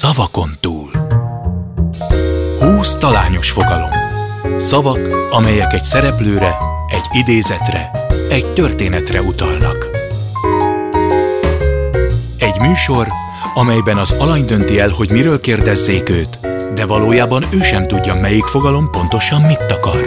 Szavakon túl. 20 talányos fogalom. Szavak, amelyek egy szereplőre, egy idézetre, egy történetre utalnak. Egy műsor, amelyben az alany dönti el, hogy miről kérdezzék őt, de valójában ő sem tudja, melyik fogalom pontosan mit akar.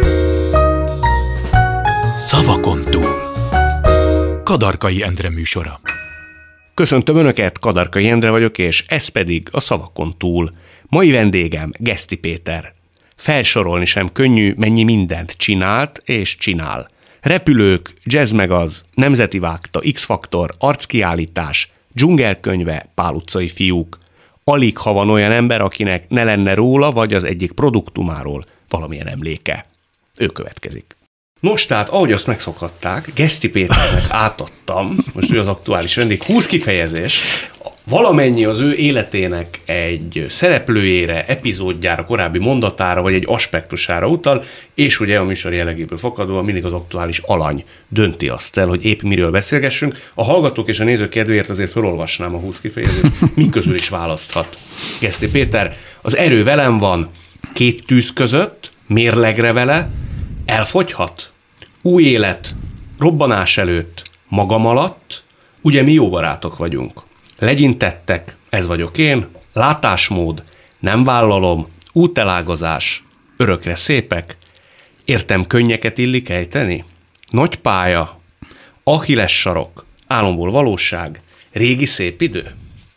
Szavakon túl. Kadarkai Endre műsora. Köszöntöm Önöket, Kadarkai Endre vagyok, és ez pedig a Szavakon túl. Mai vendégem Geszti Péter. Felsorolni sem könnyű, mennyi mindent csinált és csinál. Repülők, Jazz Megaz, Nemzeti Vágta, X-Faktor, arckiállítás, dzsungelkönyve, Pál utcai fiúk. Alig ha van olyan ember, akinek ne lenne róla, vagy az egyik produktumáról valamilyen emléke. Ő következik. Nos, tehát, ahogy azt megszokhatták, Geszti Péternek átadtam, most ő az aktuális vendég, 20 kifejezés, valamennyi az ő életének egy szereplőjére, epizódjára, korábbi mondatára, vagy egy aspektusára utal, és ugye a műsor jellegéből fakadóan mindig az aktuális alany dönti azt el, hogy épp miről beszélgessünk. A hallgatók és a nézők kedvéért azért felolvasnám a 20 kifejezést, mi közül is választhat Geszti Péter. Az erő velem van, két tűz között, mérlegre vele, elfogyhat, új élet, robbanás előtt, magam alatt, ugye mi jó barátok vagyunk. Legyintettek, ez vagyok én, látásmód, nem vállalom, útelágazás, örökre szépek, értem könnyeket illik ejteni, nagy pálya, Achilles sarok, álomból valóság, régi szép idő.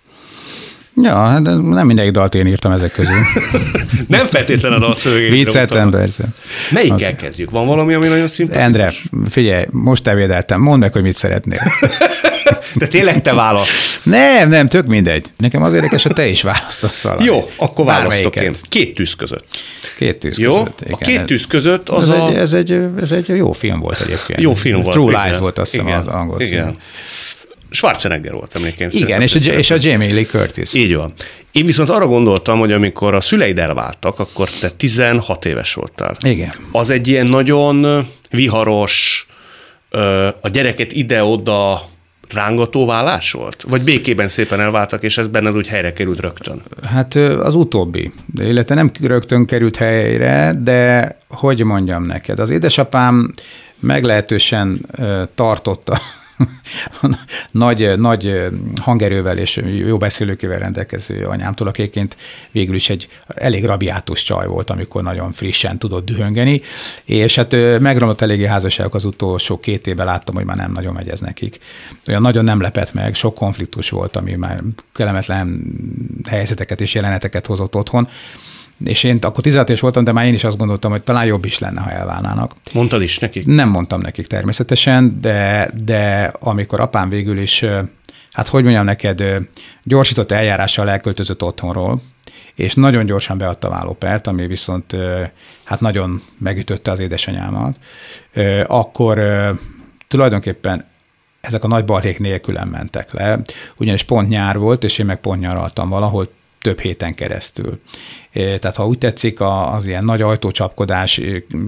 Ja, de nem mindegyik dalt én írtam ezek közül. Nem feltétlenül a dalszövegekre. Vicceltem, persze. Melyikkel kezdjük? Van valami, ami nagyon szimpatikus? Endre, figyelj, most ebédeltem, mondd meg, hogy mit szeretnél. De tényleg te válasz? Nem, tök mindegy. Nekem az érdekes, hogy te is választasz valami. Jó, akkor választok én. Két tűz között. Két tűz jó? között. Igen. A két tűz között az ez egy jó film volt egyébként. Jó film volt. True Lies volt, azt hiszem, az angol cím. Schwarzenegger volt emléként. Igen, és a Jamie Lee Curtis. Így van. Én viszont arra gondoltam, hogy amikor a szüleid elváltak, akkor te 16 éves voltál. Igen. Az egy ilyen nagyon viharos, a gyereket ide-oda rángató válás volt? Vagy békében szépen elváltak, és ez benned úgy helyre került rögtön? Hát az utóbbi. Illetve nem rögtön került helyre, de hogy mondjam neked, az édesapám meglehetősen tartotta nagy hangerővel és jó beszélőkével rendelkező anyámtól, akiként végül is egy elég rabiátus csaj volt, amikor nagyon frissen tudott dühöngeni, és hát megromlott eléggé házasságok az utolsó 2 évben, láttam, hogy már nem nagyon megy ez nekik. Olyan nagyon nem lepett meg, sok konfliktus volt, ami már kellemetlen helyzeteket és jeleneteket hozott otthon, és én akkor 16 éves voltam, de már én is azt gondoltam, hogy talán jobb is lenne, ha elválnának. Mondtad is nekik? Nem mondtam nekik természetesen, de amikor apám végül is, hát hogy mondjam neked, gyorsított eljárással elköltözött otthonról, és nagyon gyorsan beadta a vállópert, ami viszont hát nagyon megütötte az édesanyámat, akkor tulajdonképpen ezek a nagy balhék nélkülen mentek le, ugyanis pont nyár volt, és én meg pont nyaraltam valahol több héten keresztül. Tehát ha úgy tetszik, az ilyen nagy ajtócsapkodás,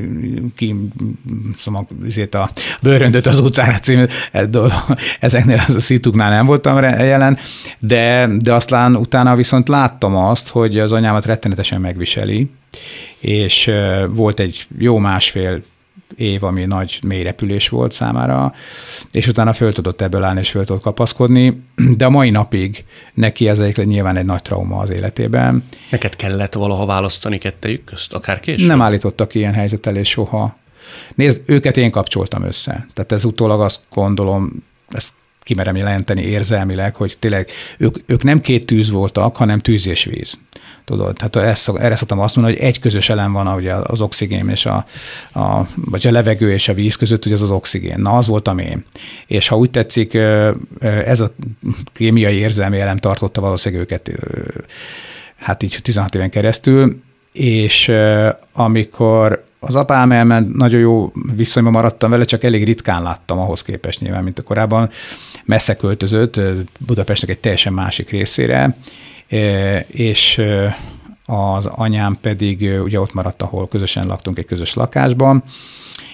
szóval a Bőröndöt az utcára című, ezeknél az a szituknál nem voltam jelen, de aztán utána viszont láttam azt, hogy az anyámat rettenetesen megviseli, és volt egy jó 1,5 év, ami nagy mély repülés volt számára, és utána föl tudott ebből állni, és föl tudott kapaszkodni, de a mai napig neki ez nyilván egy nagy trauma az életében. Neked kellett valaha választani kettejük közt, akár később? Nem állítottak ilyen helyzet elé soha. Nézd, őket én kapcsoltam össze. Tehát ez utólag azt gondolom, ezt kimerem jelenteni érzelmileg, hogy tényleg ők nem 2 tűz voltak, hanem tűz és víz. Tudod, hát erre szoktam azt mondani, hogy egy közös elem van ugye az oxigén és vagy a levegő és a víz között, hogy az az oxigén. Na, az voltam én. És ha úgy tetszik, ez a kémiai érzelmi elem tartotta valószínűleg őket hát így 16 éven keresztül, és amikor az apám elment, nagyon jó viszonyban maradtam vele, csak elég ritkán láttam ahhoz képest nyilván, mint a korábban. Messze költözött Budapestnek egy teljesen másik részére, és az anyám pedig ugye ott maradt, ahol közösen laktunk egy közös lakásban,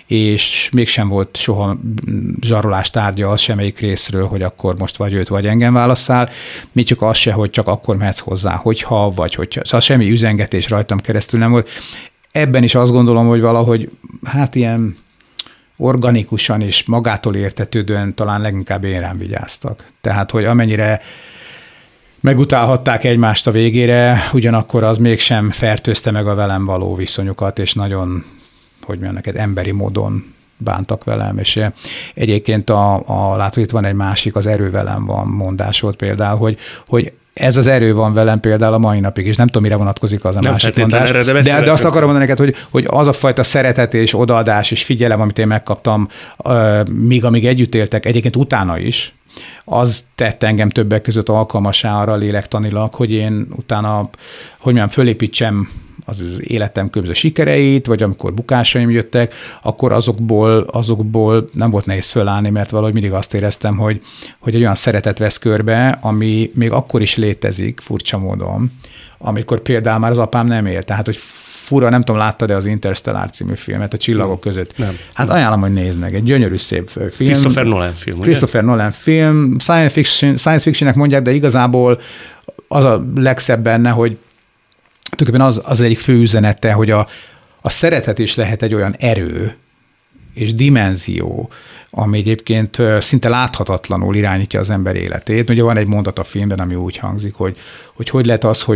és mégsem volt soha zsarolás tárgya az semmelyik részről, hogy akkor most vagy őt, vagy engem válasszál, még csak az se, hogy csak akkor mehetsz hozzá, hogyha, vagy hogyha. Szóval semmi üzengetés rajtam keresztül nem volt. Ebben is azt gondolom, hogy valahogy hát ilyen organikusan és magától értetődően talán leginkább én rám vigyáztak. Tehát, hogy amennyire megutálhatták egymást a végére, ugyanakkor az mégsem fertőzte meg a velem való viszonyukat, és nagyon, hogy mondjam neked, emberi módon bántak velem, és egyébként látod, itt van egy másik, az erő velem van mondás volt például, hogy ez az erő van velem például a mai napig, és nem tudom, mire vonatkozik az a másik mondás. De azt akarom mondani neked, hogy az a fajta szeretet és odaadás és figyelem, amit én megkaptam, amíg együtt éltek, egyébként utána is, az tett engem többek között alkalmassá arra lélektanilag, hogy én utána, hogy mondjam, fölépítsem az életem különböző sikereit, vagy amikor bukásaim jöttek, akkor azokból nem volt nehéz fölállni, mert valahogy mindig azt éreztem, hogy egy olyan szeretet vesz körbe, ami még akkor is létezik, furcsa módon, amikor például már az apám nem él. Tehát, hogy fura, nem tudom, láttad-e az Interstellar című filmet a csillagok között? Nem. Hát ajánlom, hogy nézd meg. Egy gyönyörű, szép film. Christopher Nolan film. Science fictionnek mondják, de igazából az a legszebb benne, hogy tulajdonképpen az egyik fő üzenete, hogy a szeretet is lehet egy olyan erő és dimenzió, ami egyébként szinte láthatatlanul irányítja az ember életét. Ugye van egy mondat a filmben, ami úgy hangzik, hogy lehet az,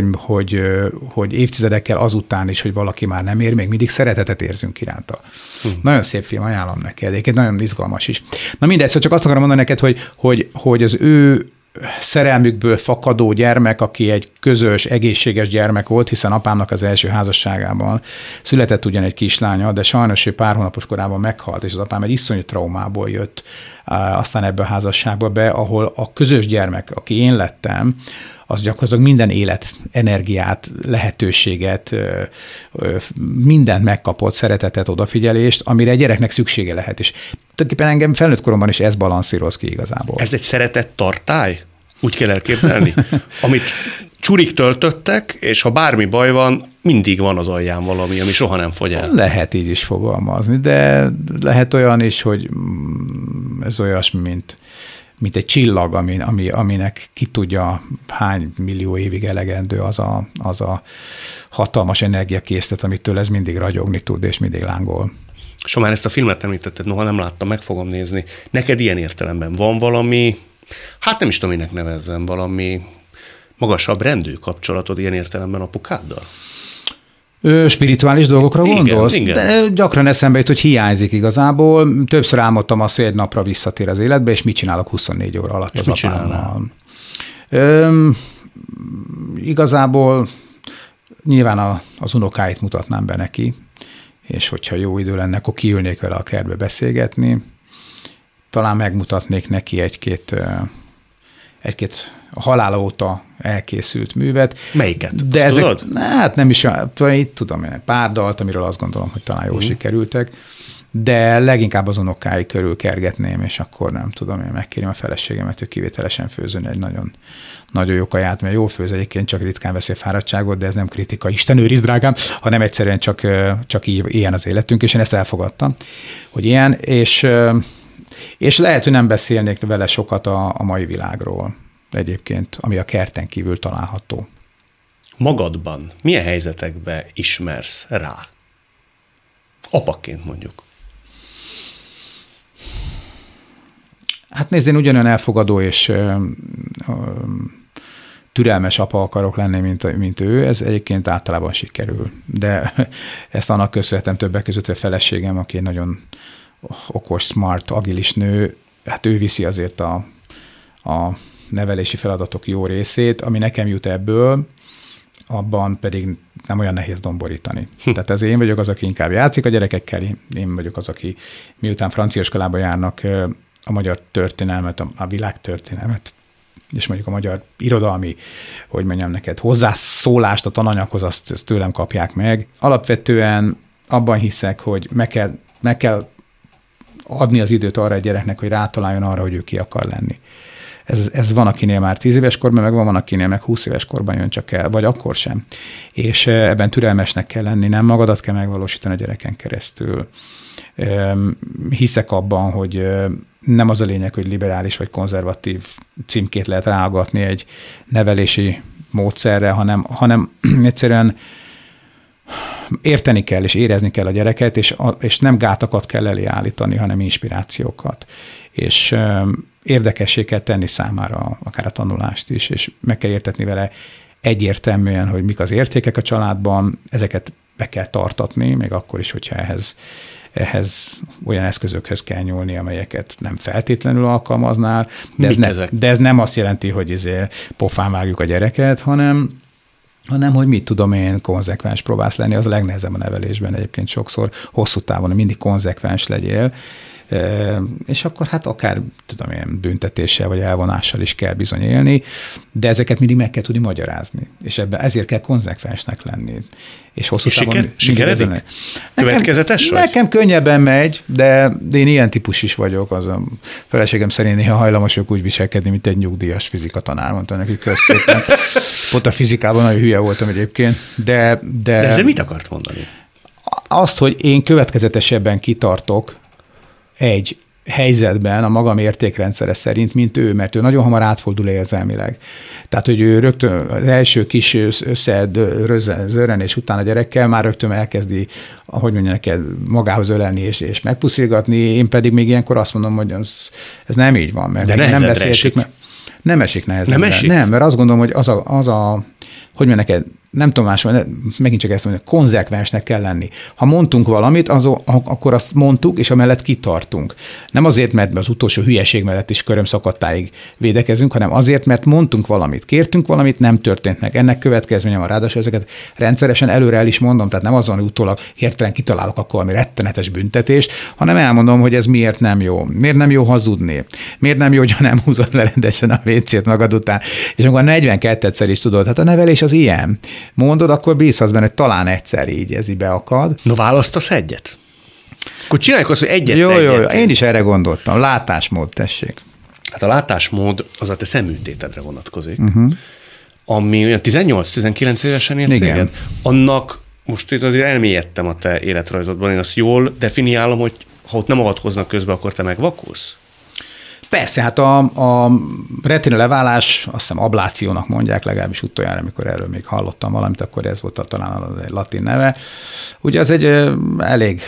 hogy évtizedekkel azután is, hogy valaki már nem ér, még mindig szeretetet érzünk iránta. Nagyon szép film, ajánlom neked. Egyébként nagyon izgalmas is. Na mindegy, szóval csak azt akarom mondani neked, hogy az ő szerelmükből fakadó gyermek, aki egy közös, egészséges gyermek volt, hiszen apámnak az első házasságában született ugyan egy kislánya, de sajnos ő pár hónapos korában meghalt, és az apám egy iszonyú traumából jött aztán ebbe a házasságba be, ahol a közös gyermek, aki én lettem, az gyakorlatilag minden élet, energiát, lehetőséget, mindent megkapott, szeretetet, odafigyelést, amire egy gyereknek szüksége lehet. És tulajdonképpen engem felnőtt koromban is ez balanszíroz ki igazából. Ez egy szeretett tartály? Úgy kell elképzelni? Amit csurik töltöttek, és ha bármi baj van, mindig van az alján valami, ami soha nem fogy el. Lehet így is fogalmazni, de lehet olyan is, hogy ez olyasmi, mint egy csillag, aminek ki tudja hány millió évig elegendő az a hatalmas energiakészlet, amitől ez mindig ragyogni tud, és mindig lángol. És ha már ezt a filmet említetted, noha nem láttam, meg fogom nézni. Neked ilyen értelemben van valami, hát nem is tudom, minek nevezzem, valami magasabb rendű kapcsolatod ilyen értelemben apukáddal? Spirituális dolgokra gondolsz? Igen. De gyakran eszembe jut, hogy hiányzik igazából. Többször álmodtam azt, hogy egy napra visszatér az életbe, és mit csinálok 24 óra alatt és az apámmal. Igazából nyilván az unokáit mutatnám be neki, és hogyha jó idő lenne, akkor kiülnék vele a kertbe beszélgetni. Talán megmutatnék neki egy-két a halála óta elkészült művet. Melyiket? De ezek, hát nem is, itt tudom én, pár dalt, amiről azt gondolom, hogy talán jól sikerültek, de leginkább az unokái körül kergetném, és akkor nem tudom, én megkérjem a feleségemet, hogy kivételesen főzön egy nagyon, nagyon jó kaját, mert jó főz egyébként, csak ritkán veszi a fáradtságot, de ez nem kritika, Isten őriz, drágám, hanem egyszerűen csak így ilyen az életünk, és én ezt elfogadtam, hogy ilyen, és lehet, hogy nem beszélnék vele sokat a mai világról egyébként, ami a kerten kívül található. Magadban milyen helyzetekbe ismersz rá? Apaként mondjuk. Hát nézd, én ugyanolyan elfogadó és türelmes apa akarok lenni, mint ő, ez egyébként általában sikerül. De ezt annak köszönhetem többek között a feleségem, aki egy nagyon okos, smart, agilis nő, hát ő viszi azért a nevelési feladatok jó részét, ami nekem jut ebből, abban pedig nem olyan nehéz domborítani. Tehát ez én vagyok az, aki inkább játszik a gyerekekkel, én vagyok az, aki miután francia iskolába járnak, a magyar történelmet, a világtörténelmet, és mondjuk a magyar irodalmi, hogy mondjam neked, hozzászólást a tananyaghoz, azt tőlem kapják meg. Alapvetően abban hiszek, hogy meg kell adni az időt arra egy gyereknek, hogy rátaláljon arra, hogy ő ki akar lenni. Ez van, akinél már 10 éves korban, meg van, akinél meg 20 éves korban jön csak el, vagy akkor sem. És ebben türelmesnek kell lenni, nem magadat kell megvalósítani a gyereken keresztül. Hiszek abban, hogy nem az a lényeg, hogy liberális vagy konzervatív címkét lehet ráagatni egy nevelési módszerre, hanem egyszerűen érteni kell és érezni kell a gyereket, és nem gátakat kell elé állítani, hanem inspirációkat. És érdekessé kell tenni számára akár a tanulást is, és meg kell értetni vele egyértelműen, hogy mik az értékek a családban, ezeket be kell tartatni, még akkor is, hogyha ehhez olyan eszközökhöz kell nyúlni, amelyeket nem feltétlenül alkalmaznál, de ez nem azt jelenti, hogy pofán vágjuk a gyereket, hanem hogy mit tudom én, konzekvens próbálsz lenni, az a legnehezebb a nevelésben egyébként sokszor, hosszú távon, mindig konzekvens legyél, és akkor hát akár, tudom én, büntetéssel vagy elvonással is kell bizony élni, de ezeket mindig meg kell tudni magyarázni, és ezért kell konzekvensnek lenni. És hosszú távon... Sikeredik? Következetes vagy? Nekem könnyebben megy, de én ilyen típus is vagyok. Az a feleségem szerint néha hajlamos vagyok úgy viselkedni, mint egy nyugdíjas fizikatanár, mondta neki közszépen. Pont a fizikában nagyon hülye voltam egyébként. De ezzel mit akart mondani? Azt, hogy én következetesebben kitartok egy helyzetben a magam értékrendszere szerint, mint ő, mert ő nagyon hamar átfordul érzelmileg. Tehát, hogy ő rögtön az első kis összezörrenés után a gyerekkel már rögtön elkezdi, ahogy mondja neked, magához ölelni és megpuszilgatni, én pedig még ilyenkor azt mondom, hogy ez nem így van, mert nem beszéltük, mert nem esik nehezebbre. Nem esik? Nem, mert azt gondolom, hogy hogy mondja neked, nem tudom megint csak ezt mondani, konzekvensnek kell lenni. Ha mondtunk valamit, akkor azt mondtuk, és amellett kitartunk. Nem azért, mert az utolsó hülyeség mellett is körömszakadtáig védekezünk, hanem azért, mert mondtunk valamit, kértünk valamit, nem történt meg. Ennek következménye van, ráadásul ezeket rendszeresen előre el is mondom, tehát nem azon, hogy utólag hirtelen kitalálok akkor valami rettenetes büntetést, hanem elmondom, hogy ez miért nem jó. Miért nem jó hazudni? Miért nem jó, hogy nem húzod le rendesen a WC-t magad után? És amikor 42-szer is tudod, hát a nevelés az ilyen. Mondod, akkor bízhatsz benne, hogy talán egyszer így ez beakad. No, választasz egyet? Akkor csináljuk azt, hogy egyet. Jó, én is erre gondoltam. Látásmód, tessék. Hát a látásmód az a te szemműtétedre vonatkozik, ami olyan 18-19 évesen ért téged. Annak most itt azért elmélyedtem a te életrajzodban, én azt jól definiálom, hogy ha ott nem avatkoznak közbe, akkor te megvakulsz? Persze, hát a retina leválás, azt hiszem ablációnak mondják, legalábbis utoljára, amikor erről még hallottam valamit, akkor ez volt talán a latin neve. Ugye az egy elég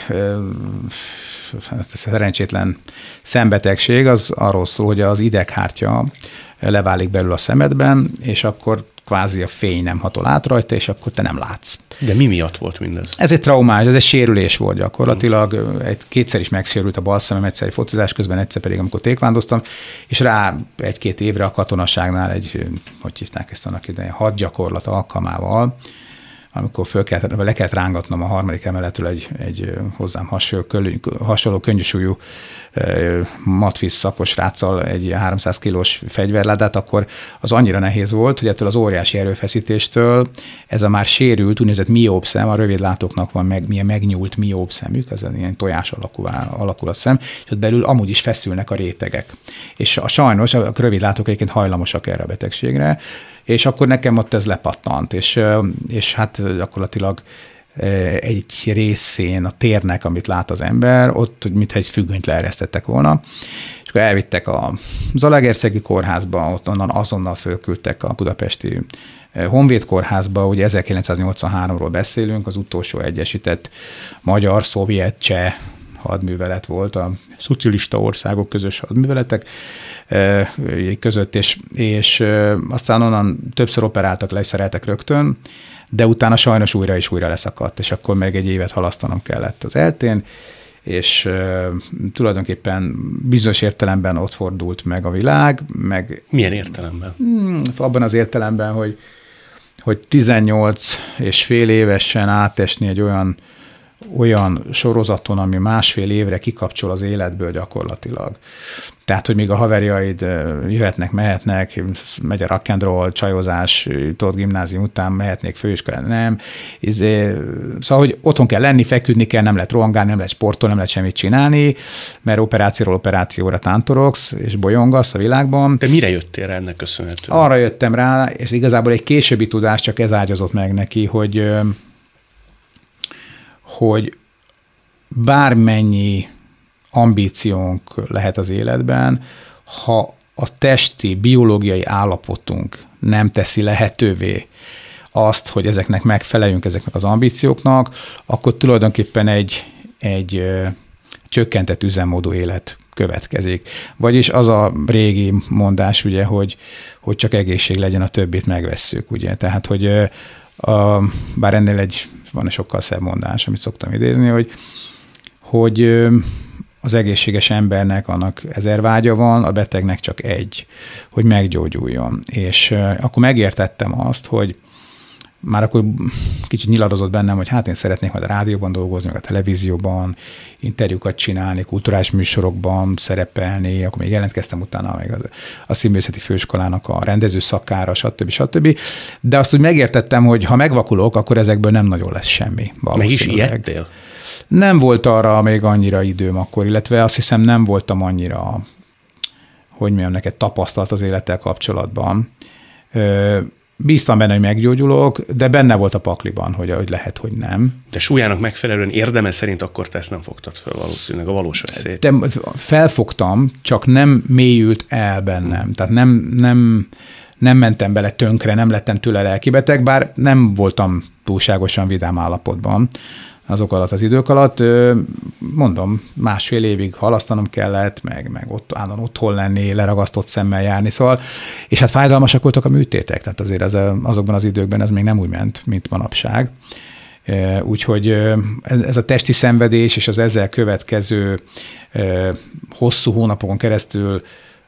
szerencsétlen szembetegség, az arról szól, hogy az ideghártya leválik belül a szemedben, és akkor kvázi a fény nem hatol át rajta, és akkor te nem látsz. De mi miatt volt mindez? Ez egy traumás, ez egy sérülés volt gyakorlatilag. Kétszer is megsérült a bal szemem, egyszer egy focizás közben, egyszer pedig amikor tékvándoztam, és rá 1-2 évre a katonaságnál hogy hívták ezt annak idején, hadgyakorlat alkalmával, amikor le kellett rángatnom a 3. emeletről egy hozzám hasonló könnyűsúlyú matfisz szakos sráccal egy 300 kilós fegyverládát, akkor az annyira nehéz volt, hogy ettől az óriási erőfeszítéstől ez a már sérült, úgynevezett mióp szem, a rövidlátóknak van milyen megnyúlt mióp szemük, ez ilyen tojás alakul a szem, és ott belül amúgy is feszülnek a rétegek. És sajnos a rövidlátók egyébként hajlamosak erre a betegségre, és akkor nekem ott ez lepattant, és hát gyakorlatilag egy részén a térnek, amit lát az ember, ott mintha egy függönyt leeresztettek volna, és akkor elvittek a Zalaegerszegi kórházba, ott onnan azonnal fölküldtek a budapesti Honvéd kórházba, ugye 1983-ról beszélünk, az utolsó egyesített magyar, szovjet, cseh hadművelet volt, a szocialista országok közös hadműveletek között, és aztán onnan többször operáltak, leszereltek rögtön, de utána sajnos újra és újra leszakadt, és akkor még egy évet halasztanom kellett az eltén, és tulajdonképpen bizonyos értelemben ott fordult meg a világ. Milyen értelemben? Abban az értelemben, hogy 18 és fél évesen átesni egy olyan sorozaton, ami másfél évre kikapcsol az életből gyakorlatilag. Tehát, hogy még a haverjaid jöhetnek, mehetnek, megy a rock and roll, csajozás, tudod, gimnázium után mehetnék főiskolán, nem. Szóval, hogy otthon kell lenni, feküdni kell, nem lehet rohangálni, nem lehet sportolni, nem lehet semmit csinálni, mert operációról operációra tántorogsz, és bolyongasz a világban. De mire jöttél rá ennek köszönhetően? Arra jöttem rá, és igazából egy későbbi tudás csak ez ágyazott meg neki, hogy bármennyi ambíciónk lehet az életben, ha a testi, biológiai állapotunk nem teszi lehetővé azt, hogy ezeknek megfeleljünk, ezeknek az ambícióknak, akkor tulajdonképpen egy csökkentett üzemmódú élet következik. Vagyis az a régi mondás, ugye, hogy csak egészség legyen, a többit megvesszük, ugye. Tehát, hogy bár ennél van egy sokkal szebb mondás, amit szoktam idézni, hogy az egészséges embernek annak 1000 vágya van, a betegnek csak egy, hogy meggyógyuljon. És akkor megértettem azt, hogy már akkor kicsit nyiladozott bennem, hogy hát én szeretnék majd a rádióban dolgozni, meg a televízióban, interjúkat csinálni, kulturális műsorokban szerepelni, akkor még jelentkeztem utána még a Színművészeti Főiskolának a rendező szakára, stb. De azt úgy megértettem, hogy ha megvakulok, akkor ezekből nem nagyon lesz semmi. Meg is ijedtél? Nem volt arra még annyira időm akkor, illetve azt hiszem nem voltam annyira, hogy mondjam neked, tapasztalt az élettel kapcsolatban. Bíztam benne, hogy meggyógyulok, de benne volt a pakliban, hogy lehet, hogy nem. De súlyának megfelelően érdeme szerint akkor te ezt nem fogtad fel valószínűleg a valós veszélyt. De felfogtam, csak nem mélyült el bennem. Tehát nem mentem bele tönkre, nem lettem tőle lelkibeteg, bár nem voltam túlságosan vidám állapotban azok alatt az idők alatt. Mondom, másfél évig halasztanom kellett, meg ott állandóan otthon lenni, leragasztott szemmel járni, szóval, és hát fájdalmasak voltak a műtétek, tehát azért azokban az időkben ez még nem úgy ment, mint manapság. Úgyhogy ez a testi szenvedés és az ezzel következő hosszú hónapokon keresztül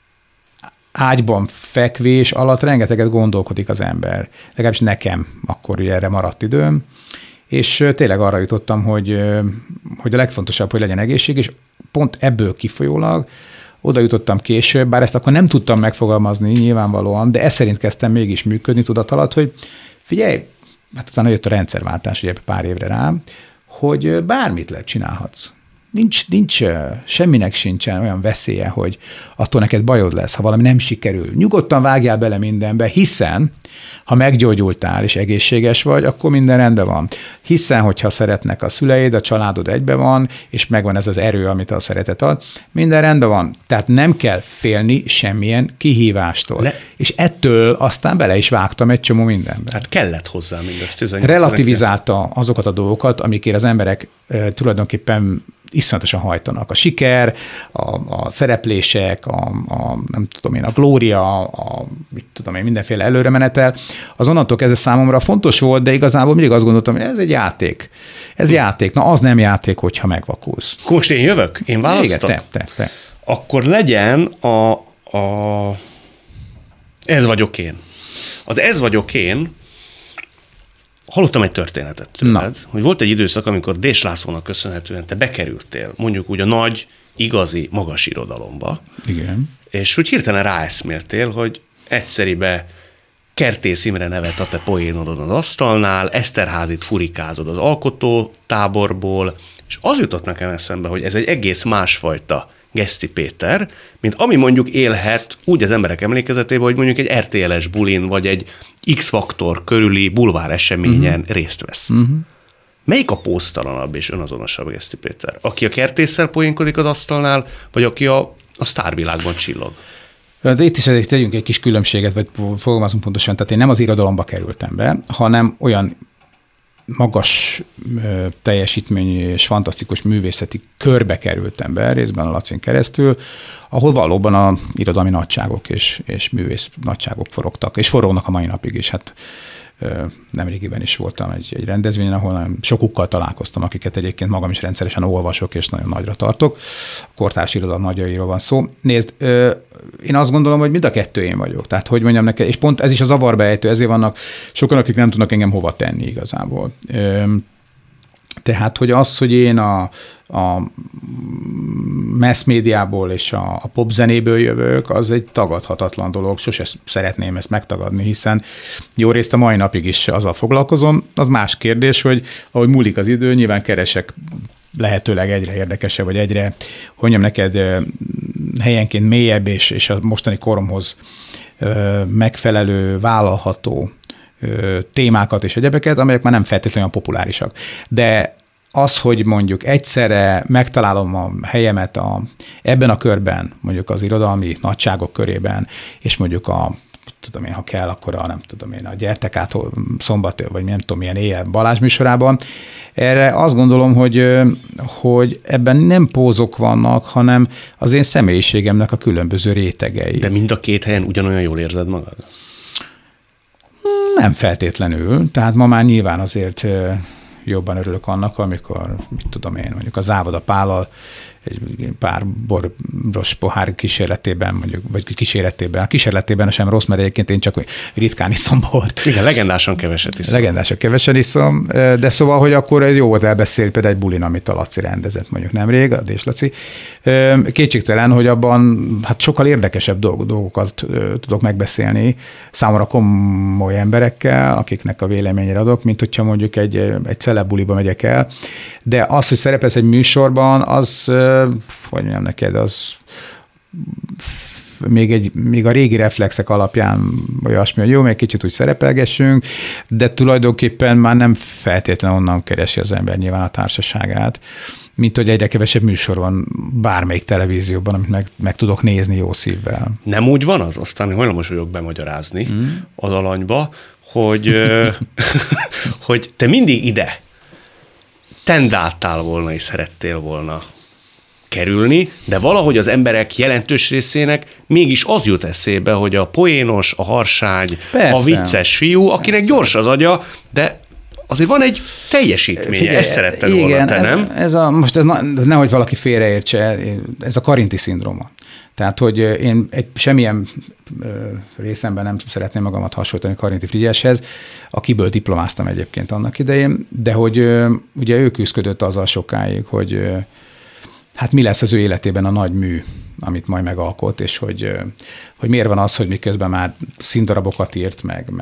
ágyban fekvés alatt rengeteget gondolkodik az ember. Legalábbis nekem akkor ugye erre maradt időm, és tényleg arra jutottam, hogy a legfontosabb, hogy legyen egészség, és pont ebből kifolyólag oda jutottam később, bár ezt akkor nem tudtam megfogalmazni nyilvánvalóan, de ez szerint kezdtem mégis működni tudat alatt, hogy figyelj, hát utána jött a rendszerváltás ugye pár évre rá, hogy bármit csinálhatsz. Nincs, semminek sincsen olyan veszélye, hogy attól neked bajod lesz, ha valami nem sikerül. Nyugodtan vágjál bele mindenbe, hiszen ha meggyógyultál és egészséges vagy, akkor minden rendben van. Hiszen, hogyha szeretnek a szüleid, a családod egybe van, és megvan ez az erő, amit a szeretet ad, minden rendben van. Tehát nem kell félni semmilyen kihívástól. És ettől aztán bele is vágtam egy csomó mindenbe. Hát kellett hozzá mindezt. Relativizálta azokat a dolgokat, amikért az emberek tulajdonképpen iszonyatosan hajtanak. A siker, a szereplések, nem tudom én, a glória, mindenféle előremenetel, az onnantól kezdve számomra fontos volt, de igazából mindig azt gondoltam, hogy ez egy játék. Ez játék. Na, az nem játék, hogyha megvakulsz. Most én jövök? Én választok? Igen, te. Akkor legyen Ez vagyok én. Az Ez vagyok én. Hallottam egy történetet tőled, hogy volt egy időszak, amikor Dés Lászlónak köszönhetően te bekerültél, mondjuk úgy a nagy, igazi, magas irodalomba. Igen. És úgy hirtelen ráeszméltél, hogy egyszeribe Kertész Imre nevet a te poénodon az asztalnál, Eszterházit furikázod az alkotótáborból, és az jutott nekem eszembe, hogy ez egy egész másfajta Geszti Péter, mint ami mondjuk élhet úgy az emberek emlékezetében, hogy mondjuk egy RTL-es bulin, vagy egy X-faktor körüli bulvár eseményen részt vesz. Melyik a póztalanabb és önazonosabb Geszti Péter? Aki a Kertésszel poénkodik az asztalnál, vagy aki a sztárvilágban csillog? De itt is tegyünk egy kis különbséget, vagy fogalmazunk pontosan, tehát én nem az irodalomba kerültem be, hanem olyan magas teljesítményű és fantasztikus művészeti körbe kerültem be, részben a Lacin keresztül, ahol valóban a irodalmi nagyságok és művész nagyságok forogtak, és forognak a mai napig is. Hát nemrégiben is voltam egy rendezvényen, ahol sokukkal találkoztam, akiket egyébként magam is rendszeresen olvasok, és nagyon nagyra tartok. A kortárs irodalom nagyjairól van szó. Nézd, én azt gondolom, hogy mind a kettő én vagyok. Tehát, hogy mondjam neked, és pont ez is a zavarba ejtő, ezért vannak sokan, akik nem tudnak engem hova tenni igazából. Tehát, hogy az, hogy én a mass médiából és a popzenéből jövök, az egy tagadhatatlan dolog, sose szeretném ezt megtagadni, hiszen jó részt a mai napig is azzal foglalkozom. Az más kérdés, hogy ahogy múlik az idő, nyilván keresek lehetőleg egyre érdekesebb, vagy egyre, hogy mondjam neked, helyenként mélyebb és a mostani koromhoz megfelelő, vállalható témákat és egyebeket, amelyek már nem feltétlenül populárisak. De az, hogy mondjuk egyszerre megtalálom a helyemet ebben a körben, mondjuk az irodalmi nagyságok körében, és mondjuk tudom én, ha kell, akkor a Gyertek át szombat, vagy nem tudom, milyen éjjel Balázs műsorában. Erre azt gondolom, hogy ebben nem pózok vannak, hanem az én személyiségemnek a különböző rétegei. De mind a két helyen ugyanolyan jól érzed magad? Nem feltétlenül. Tehát ma már nyilván azért jobban örülök annak, amikor, mit tudom én, mondjuk a Závoda Pállal egy pár boros pohár kísérletében, mondjuk, vagy kísérletében sem rossz, mert egyébként én csak ritkán iszom bort. Igen, legendásan keveset iszom. Legendásan kevesen iszom, de szóval, hogy akkor jó volt elbeszélni például egy bulin, amit a Laci rendezett mondjuk nemrég, a Dés Laci. Kétségtelen, hogy abban hát sokkal érdekesebb dolgokat tudok megbeszélni számomra komoly emberekkel, akiknek a véleményére adok, mint hogyha mondjuk egy celeb buliba megyek el. De az, hogy szerepelsz egy műsorban, az, hogy mondjam neked, az még a régi reflexek alapján olyasmi, hogy jó, még kicsit úgy szerepelgessünk, de tulajdonképpen már nem feltétlenül onnan keresi az ember nyilván a társaságát, mint hogy egyre kevesebb műsor van bármelyik televízióban, amit meg tudok nézni jó szívvel. Nem úgy van az, aztán hajlamos vagyok bemagyarázni az Alanyba, hogy te mindig ide tendáltál volna és szerettél volna kerülni, de valahogy az emberek jelentős részének mégis az jut eszébe, hogy a poénos, a harsány, persze, a vicces fiú, akinek persze, gyors az agya, de azért van egy teljesítménye. Figyelj, ezt szeretted volna, te nem? Most nehogy valaki félreértse, ez a Karinti szindróma. Tehát, hogy én semmilyen részemben nem szeretném magamat hasonlítani Karinti Frigyeshez, akiből diplomáztam egyébként annak idején, de hogy ugye ő küzdött azzal sokáig, hogy hát mi lesz az ő életében a nagy mű, amit majd megalkot, és hogy miért van az, hogy miközben már színdarabokat írt,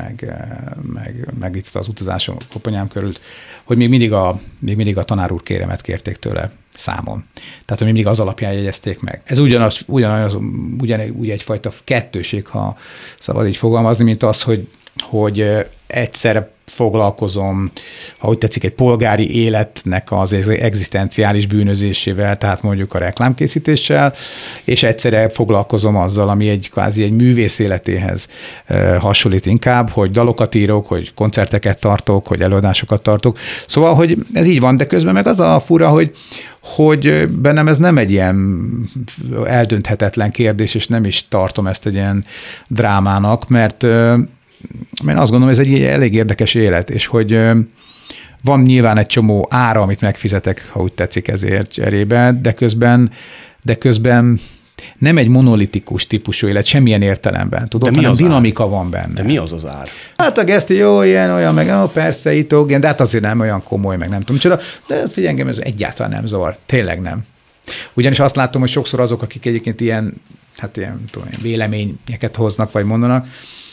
meg itt az utazásom koponyám körül, hogy még mindig a tanár úr kéremet kérték tőle számon. Tehát, hogy mindig az alapján jegyezték meg. Ez ugyanúgy egyfajta kettőség, ha szabad így fogalmazni, mint az, hogy egyszerre foglalkozom, ha úgy tetszik, egy polgári életnek az egzisztenciális bűnözésével, tehát mondjuk a reklámkészítéssel, és egyszerre foglalkozom azzal, ami kvázi egy művész életéhez hasonlít inkább, hogy dalokat írok, hogy koncerteket tartok, hogy előadásokat tartok. Szóval, hogy ez így van, de közben meg az a fura, hogy bennem ez nem egy ilyen eldönthetetlen kérdés, és nem is tartom ezt egy ilyen drámának, mert én azt gondolom, ez egy elég érdekes élet, és hogy van nyilván egy csomó ára, amit megfizetek, ha úgy tetszik ezért cserébe, de közben nem egy monolitikus típusú élet, semmilyen értelemben, tudod, hanem dinamika van benne. De mi az ár? Hát a Geszti, jó, ilyen, olyan, meg persze, itógén, de hát azért nem olyan komoly, meg nem tudom micsoda, de figyelj, engem ez egyáltalán nem zavar, tényleg nem. Ugyanis azt látom, hogy sokszor azok, akik egyébként ilyen véleményeket hoznak, vagy mondanak,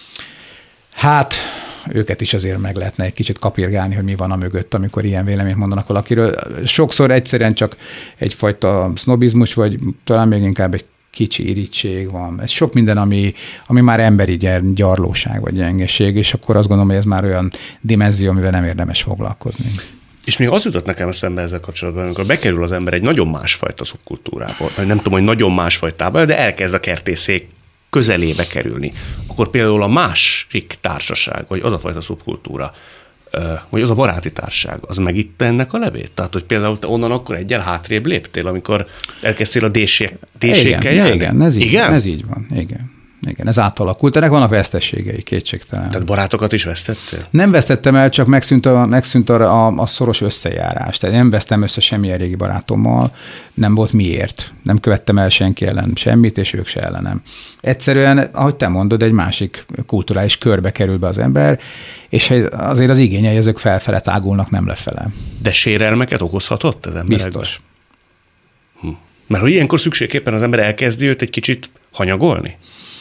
hát őket is azért meg lehetne egy kicsit kapirgálni, hogy mi van a mögött, amikor ilyen véleményt mondanak valakiről. Sokszor egyszerűen csak egyfajta sznobizmus, vagy talán még inkább egy kicsi irigység van. Ez sok minden, ami már emberi gyarlóság, vagy gyengeség, és akkor azt gondolom, hogy ez már olyan dimenzió, amivel nem érdemes foglalkozni. És még az jutott nekem eszembe ezzel kapcsolatban, amikor bekerül az ember egy nagyon másfajta szubkultúrába, nem tudom, hogy nagyon másfajtába, de elkezd a kertészék közelébe kerülni, akkor például a másik társaság, vagy az a fajta szubkultúra, vagy az a baráti társaság, az megitta ennek a levét? Tehát, hogy például te onnan akkor egyel hátrébb léptél, amikor elkezdtél a D-sékkel járni? Igen, ez így van, igen. Igen, ez átalakult. Ennek vannak veszteségei, kétségtelen. Tehát barátokat is vesztettél? Nem vesztettem el, csak megszűnt a szoros összejárás. Tehát nem vesztem össze semmilyen régi barátommal, nem volt miért. Nem követtem el senki ellen semmit, és ők se ellenem. Egyszerűen, ahogy te mondod, egy másik kulturális körbe kerül be az ember, és azért az igényei ezek felfele tágulnak, nem lefele. De sérelmeket okozhatott az emberekben? Biztos. Mert hogy ilyenkor szükségképpen az ember elkezdi őt egy kicsit hanyagolni?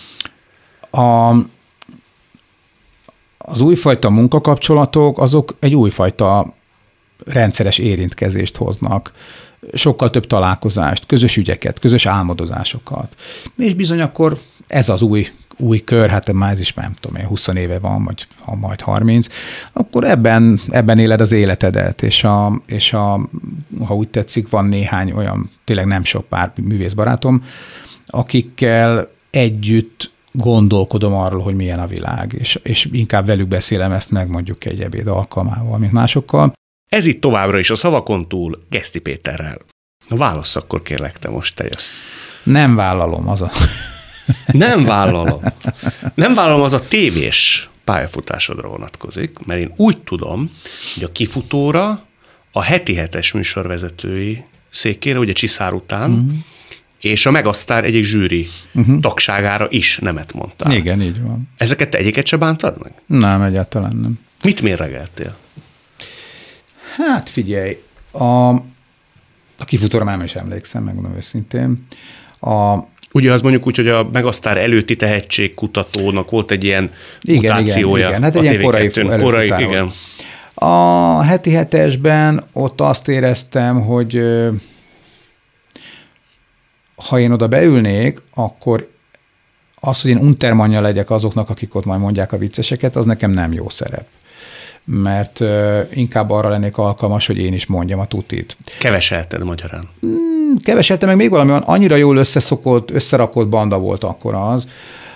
Az újfajta munkakapcsolatok, azok egy újfajta rendszeres érintkezést hoznak, sokkal több találkozást, közös ügyeket, közös álmodozásokat. És bizony akkor ez az új kör, hát már ez is nem tudom, 20 éve van, vagy majd 30, akkor ebben éled az életedet, és ha úgy tetszik, van néhány olyan, tényleg nem sok pár művészbarátom, akikkel együtt gondolkodom arról, hogy milyen a világ, és inkább velük beszélem ezt meg mondjuk egy ebéd alkalmával, mint másokkal. Ez itt továbbra is a Szavakon túl Geszti Péterrel. Na válasz akkor kérlek, te most te jössz. Nem vállalom az a... Nem vállalom. Nem vállalom, az a tévés pályafutásodra vonatkozik, mert én úgy tudom, hogy a Kifutóra a heti hetes műsorvezetői székére, ugye Csiszár után, és a Megasztár egyik zsűri tagságára is nemet mondtál. Igen, így van. Ezeket te egyiket se bántad meg? Nem, egyáltalán nem. Mit mérlegeltél? Hát figyelj, a Kifutóra már nem is emlékszem, megmondom őszintén. Ugye az mondjuk úgy, hogy a Megasztár előtti tehetségkutatónak volt egy ilyen mutációja. Igen. Hát egy ilyen korai igen. A heti hetesben ott azt éreztem, hogy ha én oda beülnék, akkor az, hogy én untermanja legyek azoknak, akik ott majd mondják a vicceseket, az nekem nem jó szerep. Mert inkább arra lennék alkalmas, hogy én is mondjam a tutit. Keveselted magyarán. Keveseltem, meg még valami van, annyira jól összerakott banda volt akkor az,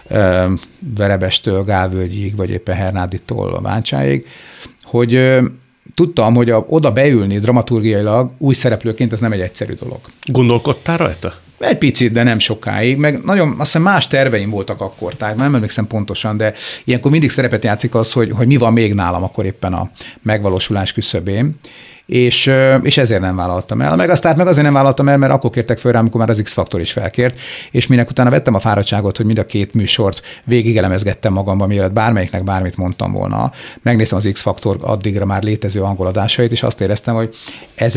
Verebestől Gálvölgyig, vagy éppen Hernáditól a Váncsáig, hogy tudtam, hogy oda beülni dramaturgiailag új szereplőként ez nem egy egyszerű dolog. Gondolkodtál rajta? Egy picit, de nem sokáig, meg nagyon, azt hiszem más terveim voltak akkor, tehát nem emlékszem pontosan, de ilyenkor mindig szerepet játszik az, hogy mi van még nálam akkor éppen a megvalósulás küszöbén, és ezért nem vállaltam el. Meg azért nem vállaltam el, mert akkor kértek föl rá, amikor már az X-faktor is felkért, és minek utána vettem a fáradtságot, hogy mind a két műsort végig elemezgettem magamban, mielőtt bármelyiknek bármit mondtam volna. Megnéztem az X-faktor addigra már létező angol adásait, és azt éreztem, hogy ez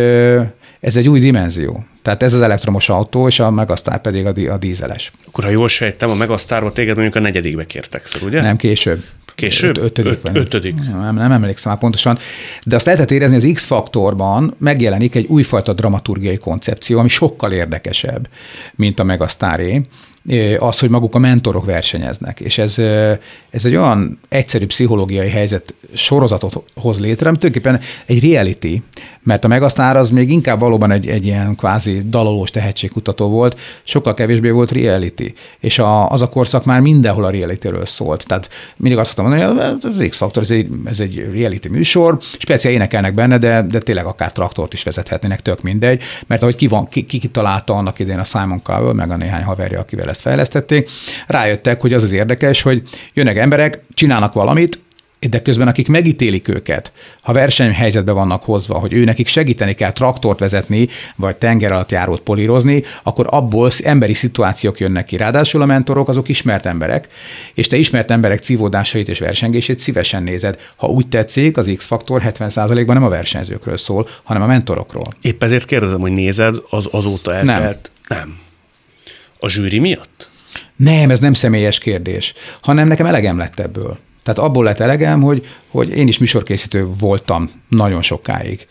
egy új dimenzió. Tehát ez az elektromos autó, és a Megasztár pedig a dízeles. Akkor ha jól sejtem, a Megasztárba téged mondjuk a 4. kértek fel, ugye? Nem, később. Később? 5. Nem emlékszem már pontosan. De azt lehetett érezni, hogy az X-faktorban megjelenik egy újfajta dramaturgiai koncepció, ami sokkal érdekesebb, mint a Megasztáré. Az, hogy maguk a mentorok versenyeznek. És ez egy olyan egyszerű pszichológiai helyzet sorozatot hoz létre, ami tulajdonképpen egy reality, mert a Megasztár az még inkább valóban egy ilyen kvázi dalolós tehetségkutató volt, sokkal kevésbé volt reality. És az a korszak már mindenhol a realityről szólt. Tehát mindig azt mondtam, hogy az X-faktor, ez egy reality műsor, speciál énekelnek benne, de tényleg akár traktort is vezethetnének, tök mindegy, mert ahogy ki találta annak idején a Simon Cowell, meg a néhány haverja, akivel ezt fejlesztették, rájöttek, hogy az az érdekes, hogy jönnek emberek, csinálnak valamit, de közben akik megítélik őket, ha versenyhelyzetben vannak hozva, hogy ő nekik segíteni kell traktort vezetni, vagy tengeralattjárót polírozni, akkor abból emberi szituációk jönnek ki. Ráadásul a mentorok azok ismert emberek, és te ismert emberek cívódásait és versengését szívesen nézed. Ha úgy tetszik, az X-faktor 70%-ban nem a versenyzőkről szól, hanem a mentorokról. Épp ezért kérdezem, hogy nézed, azóta eltelt? Nem. A zsűri miatt? Nem, ez nem személyes kérdés, hanem nekem elegem lett ebből. Tehát abból lett elegem, hogy én is műsorkészítő voltam nagyon sokáig.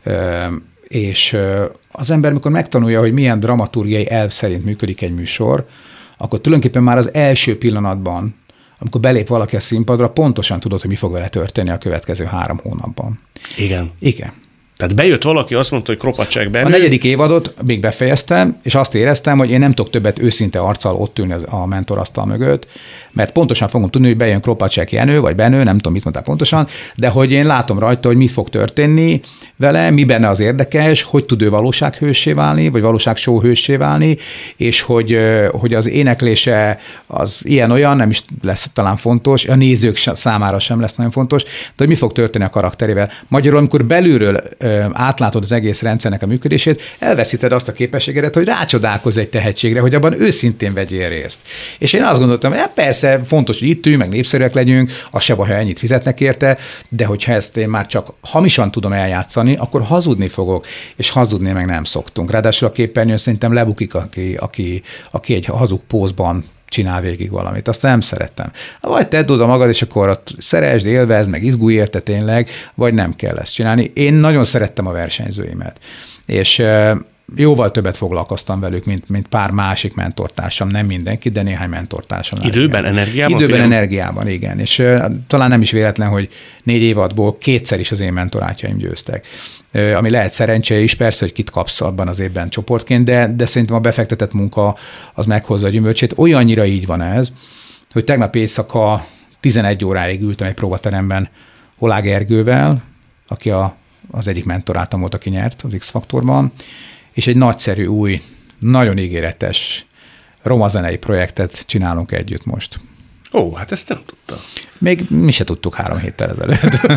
És az ember, mikor megtanulja, hogy milyen dramaturgiai elv szerint működik egy műsor, akkor tulajdonképpen már az első pillanatban, amikor belép valaki a színpadra, pontosan tudod, hogy mi fog vele történni a következő 3 hónapban. Igen. Igen. Tehát bejött valaki, azt mondta, hogy Kropacek Benő. A 4. évadot még befejeztem, és azt éreztem, hogy én nem tudok többet őszinte arccal ott ülni a mentorasztal mögött. mert pontosan fogom tudni, hogy bejön Kropacsek Jenő, vagy Benő, nem tudom, mit mondtál pontosan, de hogy én látom rajta, hogy mi fog történni vele, mi benne az érdekes, hogy tud ő valósághőssé válni, vagy valóságsóhőssé válni, és hogy az éneklése az ilyen-olyan, nem is lesz talán fontos, a nézők számára sem lesz nagyon fontos, de hogy mi fog történni a karakterével. Magyarul, amikor belülről átlátod az egész rendszernek a működését, elveszíted azt a képességedet, hogy rácsodálkozz egy tehetségre, hogy abban őszintén vegyél részt. És én azt gondoltam, hogy persze fontos, hogy itt üljünk, meg népszerűek legyünk, az se baj, ha ennyit fizetnek érte, de hogyha ezt én már csak hamisan tudom eljátszani, akkor hazudni fogok, és hazudni meg nem szoktunk. Ráadásul a képernyőn szerintem lebukik, aki egy hazug pózban csinál végig valamit. Azt nem szerettem. Vagy tedd oda magad, és akkor ott szeresd, élvezd, meg izgulj érte tényleg, vagy nem kell ezt csinálni. Én nagyon szerettem a versenyzőimet. És jóval többet foglalkoztam velük, mint pár másik mentortársam, nem mindenki, de néhány mentortársam. Időben, energiában? Időben, energiában, igen. És talán nem is véletlen, hogy 4 évadból 2-szer is az én mentorátjaim győztek. Ami lehet szerencse is, persze, hogy kit kapsz abban az évben csoportként, de szerintem a befektetett munka az meghozza a gyümölcsét. Olyannyira így van ez, hogy tegnap éjszaka 11 óráig ültem egy próbateremben Olá Gergővel, aki az egyik mentorátom volt, aki nyert az X-faktorban, és egy nagyszerű, új, nagyon ígéretes romazenei projektet csinálunk együtt most. Ó, hát ezt nem tudtam. Még mi se tudtuk 3 héttel ezelőtt.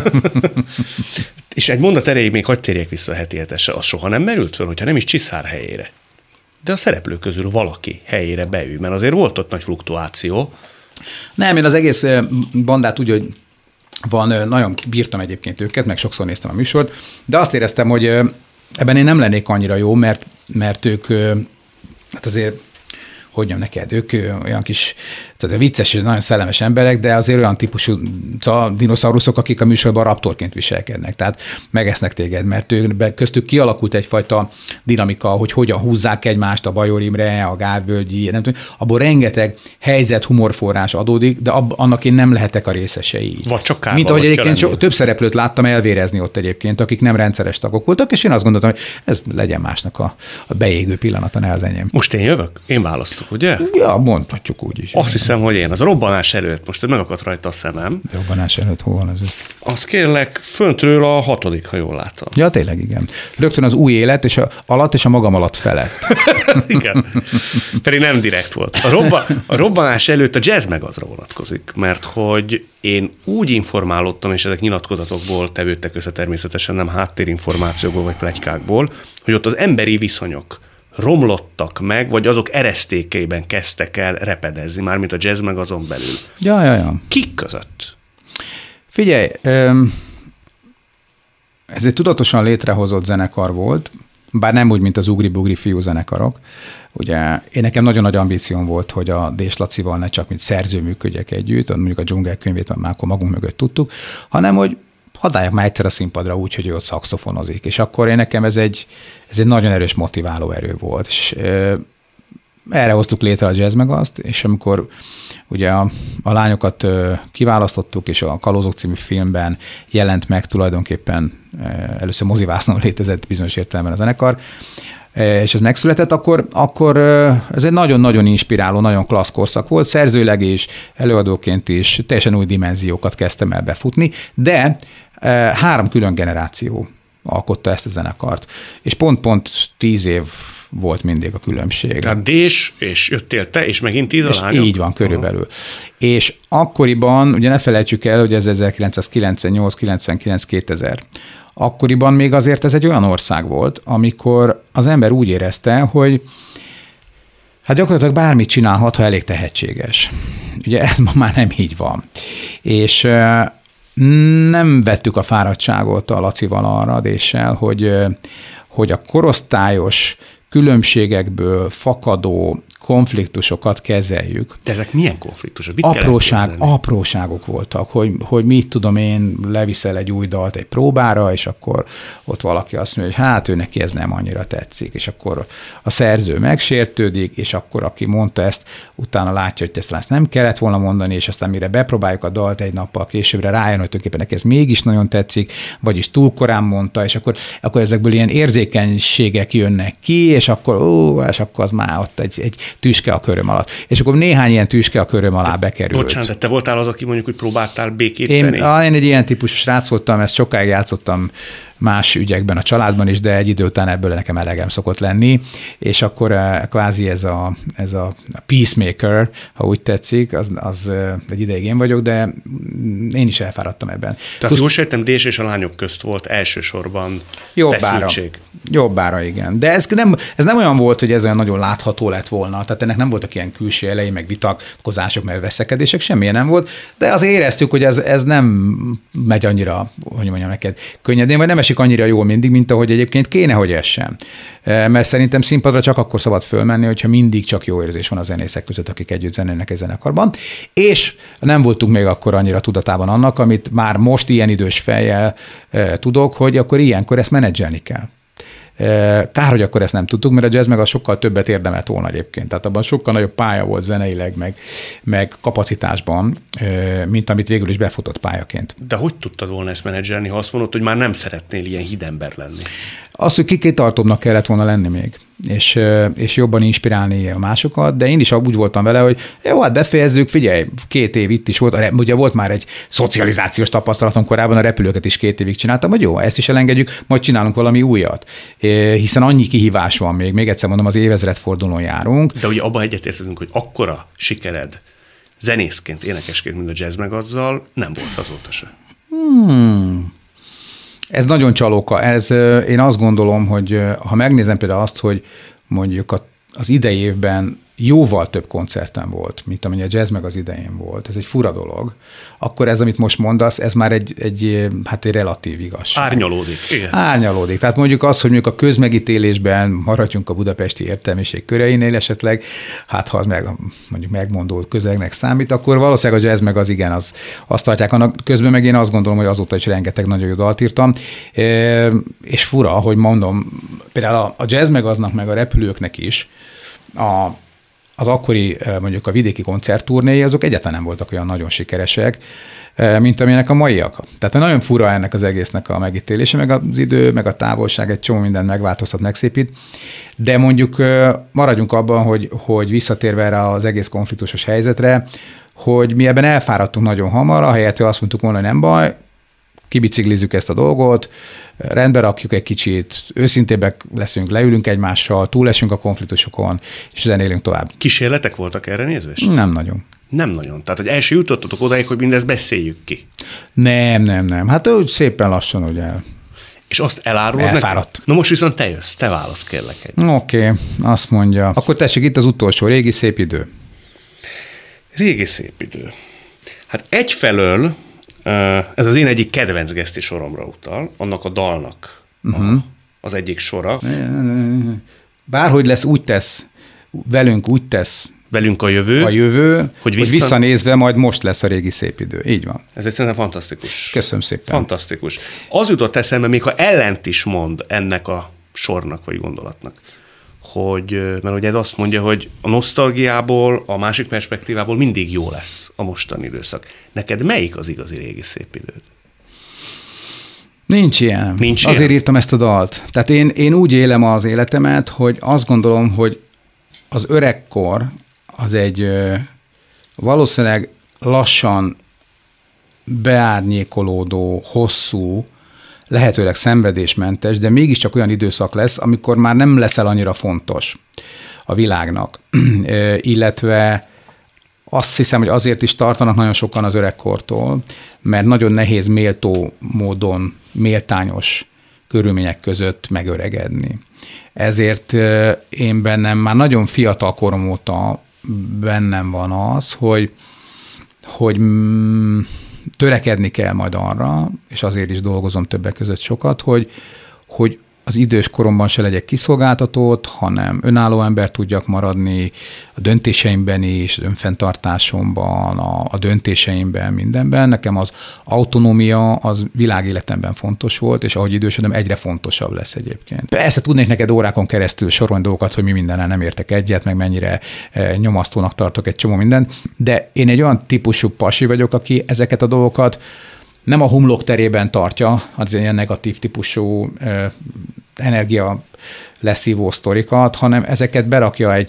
És egy mondat erejéig még hadd térjek vissza a heti hetesre. Az soha nem merült föl, hogyha nem is Csiszár helyére, de a szereplők közül valaki helyére beül, mert azért volt ott nagy fluktuáció. Nem, én az egész bandát úgy, hogy nagyon bírtam egyébként őket, meg sokszor néztem a műsort, de azt éreztem, hogy ebben én nem lennék annyira jó, mert ők, hát azért, hogy mondjam neked, ők olyan kis, tehát vicces és nagyon szellemes emberek, de azért olyan típusú dinoszauruszok, akik a műsorban raptorként viselkednek, tehát megesznek téged, mert köztük kialakult egyfajta dinamika, hogy hogyan húzzák egymást, a Bajor Imre, a Gálvölgyi, nem tudom, abból rengeteg helyzet, humorforrás adódik, de annak én nem lehetek a részesei. Vagy csak kárba. Mint ahogy egyébként több szereplőt láttam elvérezni ott egyébként, akik nem rendszeres tagok voltak, és én azt gondoltam, hogy ez legyen másnak a beégő pillanata, ne az enyém. Most én jövök? Én választok, ugye? Ja, mondhatjuk úgy is. Azt hiszem, hogy én. Az a robbanás előtt, most megakadt rajta a szemem. Robbanás előtt hol van ez? Azt kérlek, föntről a 6., ha jól látom. Ja, tényleg, igen. Rögtön az új élet és alatt és a magam alatt felett. Igen. Pedig nem direkt volt. A robbanás előtt a Jazz Magazra vonatkozik, mert hogy én úgy informálódtam, és ezek nyilatkozatokból tevődtek össze természetesen, nem háttérinformációkból vagy pletykákból, hogy ott az emberi viszonyok romlottak meg, vagy azok eresztékeiben kezdtek el repedezni, mármint a Jazz Magazon belül. Ja. Kik között? Figyelj, ez egy tudatosan létrehozott zenekar volt, bár nem úgy, mint az ugri-bugri fiú zenekarok. Ugye én nekem nagyon nagy ambícióm volt, hogy a Dés Lacival ne csak mint szerző működjek együtt, mondjuk a dzsungelkönyvét már akkor magunk mögött tudtuk, hanem hogy hadd álljak már egyszer a színpadra úgy, hogy ő ott szaxofonozik. És akkor nekem ez egy nagyon erős motiváló erő volt. És erre hoztuk létre a Jazz Magazt, és amikor ugye a lányokat kiválasztottuk, és a Kalózok című filmben jelent meg tulajdonképpen először mozivásznon létezett bizonyos értelemben a zenekar, és ez megszületett, akkor ez egy nagyon-nagyon inspiráló, nagyon klassz korszak volt, szerzőleg is, előadóként is, teljesen új dimenziókat kezdtem el befutni, de 3 külön generáció alkotta ezt a zenekart, és pont 10 év volt mindig a különbség. Tehát Dés, és jöttél te, és megint 10 a lányok? Így van, körülbelül. És akkoriban, ugye ne felejtsük el, hogy ez 1998, 99, 2000. Akkoriban még azért ez egy olyan ország volt, amikor az ember úgy érezte, hogy hát gyakorlatilag bármit csinálhat, ha elég tehetséges. Ugye ez ma már nem így van. És nem vettük a fáradtságot a Lacival arra, Déssel, hogy a korosztályos különbségekből fakadó konfliktusokat kezeljük. De ezek milyen konfliktusok? Apróságok voltak, hogy mit tudom én, leviszel egy új dalt egy próbára, és akkor ott valaki azt mondja, hogy hát ő neki ez nem annyira tetszik, és akkor a szerző megsértődik, és akkor aki mondta ezt, utána látja, hogy ezt nem kellett volna mondani, és aztán mire bepróbáljuk a dalt egy nappal későbbre, rájön, hogy tulajdonképpen neki ez mégis nagyon tetszik, vagyis túl korán mondta, és akkor ezekből ilyen érzékenységek jönnek ki, és akkor az már ott egy tüske a köröm alatt. És akkor néhány ilyen tüske a köröm alá bekerült. Bocsánat, de te voltál az, aki mondjuk, hogy próbáltál békíteni? Én egy ilyen típusú srác voltam, ezt sokáig játszottam más ügyekben a családban is, de egy idő után ebből nekem elegem szokott lenni, és akkor kvázi ez a peacemaker, ha úgy tetszik, az egy ideig én vagyok, de én is elfáradtam ebben. Tehát jól sejtem, Dés és a lányok közt volt elsősorban feszültség. Jobbára, igen. De ez nem olyan volt, hogy ez olyan nagyon látható lett volna, tehát ennek nem voltak ilyen külső elején, meg vitatkozások, meg veszekedések, semmilyen nem volt, de azért éreztük, hogy ez nem megy annyira, hogy mondjam neked, könnyedén, vagy nem esik annyira jól mindig, mint ahogy egyébként kéne, hogy essen. Mert szerintem színpadra csak akkor szabad fölmenni, hogyha mindig csak jó érzés van a zenészek között, akik együtt zenélnek egy zenekarban. És nem voltunk még akkor annyira tudatában annak, amit már most ilyen idős fejjel tudok, hogy akkor ilyenkor ezt menedzselni kell. Kár, hogy akkor ezt nem tudtuk, mert a jazz meg az sokkal többet érdemelt volna egyébként. Tehát abban sokkal nagyobb pálya volt zeneileg, meg kapacitásban, mint amit végül is befutott pályaként. De hogy tudtad volna ezt menedzselni, ha azt mondod, hogy már nem szeretnél ilyen hidember lenni? Az, hogy kitartóbbnak kellett volna lenni még, és jobban inspirálni a másokat, de én is úgy voltam vele, hogy jó, hát befejezzük, figyelj, 2 év itt is volt, ugye volt már egy szocializációs tapasztalatom korábban, a repülőket is 2 évig csináltam, hogy jó, ezt is elengedjük, majd csinálunk valami újat, hiszen annyi kihívás van még egyszer mondom, az évezredfordulón járunk. De ugye abban egyetértünk, hogy akkora sikered zenészként, énekesként, mint a jazz meg azzal nem volt azóta se. Ez nagyon csalóka. Én azt gondolom, hogy ha megnézem például azt, hogy mondjuk az idei évben jóval több koncerten volt, mint amennyi a jazz meg az idején volt. Ez egy fura dolog. Akkor ez, amit most mondasz, ez már egy relatív igazság. Árnyalódik. Igen. Árnyalódik. Tehát mondjuk az, hogy mondjuk a közmegítélésben maradjunk a budapesti értelmiség köreinél esetleg, hát ha az mondjuk megmondó közegnek számít, akkor valószínűleg a jazz meg az igen, azt tartják. Annak közben meg én azt gondolom, hogy azóta is rengeteg nagyon jó dalt írtam. És fura, hogy mondom, például a jazz meg aznak, meg a repülőknek is az akkori, mondjuk a vidéki koncertturnéi, azok egyáltalán nem voltak olyan nagyon sikeresek, mint amilyenek a maiak. Tehát nagyon fura ennek az egésznek a megítélése, meg az idő, meg a távolság, egy csomó mindent megváltoztat, megszépít. De mondjuk maradjunk abban, hogy visszatérve erre az egész konfliktusos helyzetre, hogy mi ebben elfáradtunk nagyon hamar, ahelyett, hogy azt mondtuk volna, hogy nem baj, kibiciklizzük ezt a dolgot, rendbe rakjuk egy kicsit, őszintébbek leszünk, leülünk egymással, túlesünk a konfliktusokon, és zenélünk tovább. Kísérletek voltak erre nézvés? Nem nagyon. Nem nagyon. Tehát, hogy el se jutottatok odáig, hogy mindezt beszéljük ki. Nem. Hát úgy szépen lassan, ugye. És azt elárulod elfáradt. Na most viszont te jössz, te válasz kérlek egy. Oké, azt mondja. Akkor tessék, itt az utolsó, régi szép idő. Régi szép idő. Hát egyfelől ez az én egyik kedvenc geszti soromra utal, annak a dalnak az egyik sora. Bárhogy lesz, úgy tesz, velünk úgy tesz. Velünk a jövő, hogy visszanézve majd most lesz a régi szép idő. Így van. Ez egyszerűen fantasztikus. Köszönöm szépen. Fantasztikus. Az jutott eszembe, még ha ellent is mond ennek a sornak vagy gondolatnak, mert ugye ez azt mondja, hogy a nosztalgiából, a másik perspektívából mindig jó lesz a mostani időszak. Neked melyik az igazi régi szép időd? Nincs ilyen. Azért írtam ezt a dalt. Tehát én úgy élem az életemet, hogy azt gondolom, hogy az öregkor az egy valószínűleg lassan beárnyékolódó, hosszú, lehetőleg szenvedésmentes, de mégiscsak olyan időszak lesz, amikor már nem leszel annyira fontos a világnak. Illetve azt hiszem, hogy azért is tartanak nagyon sokan az öregkortól, mert nagyon nehéz méltó módon, méltányos körülmények között megöregedni. Ezért én bennem már nagyon fiatal korom óta bennem van az, hogy törekedni kell majd arra, és azért is dolgozom többek között sokat, hogy az idős koromban se legyek kiszolgáltatott, hanem önálló ember tudjak maradni a döntéseimben is, önfenntartásomban, a döntéseimben, mindenben. Nekem az autonómia az világéletemben fontos volt, és ahogy idősödöm, egyre fontosabb lesz egyébként. Persze tudnék neked órákon keresztül sorolni dolgokat, hogy mi mindennel nem értek egyet, meg mennyire nyomasztónak tartok egy csomó mindent, de én egy olyan típusú pasi vagyok, aki ezeket a dolgokat nem a homlok terében tartja, az ilyen negatív típusú energia leszívó sztorikat, hanem ezeket berakja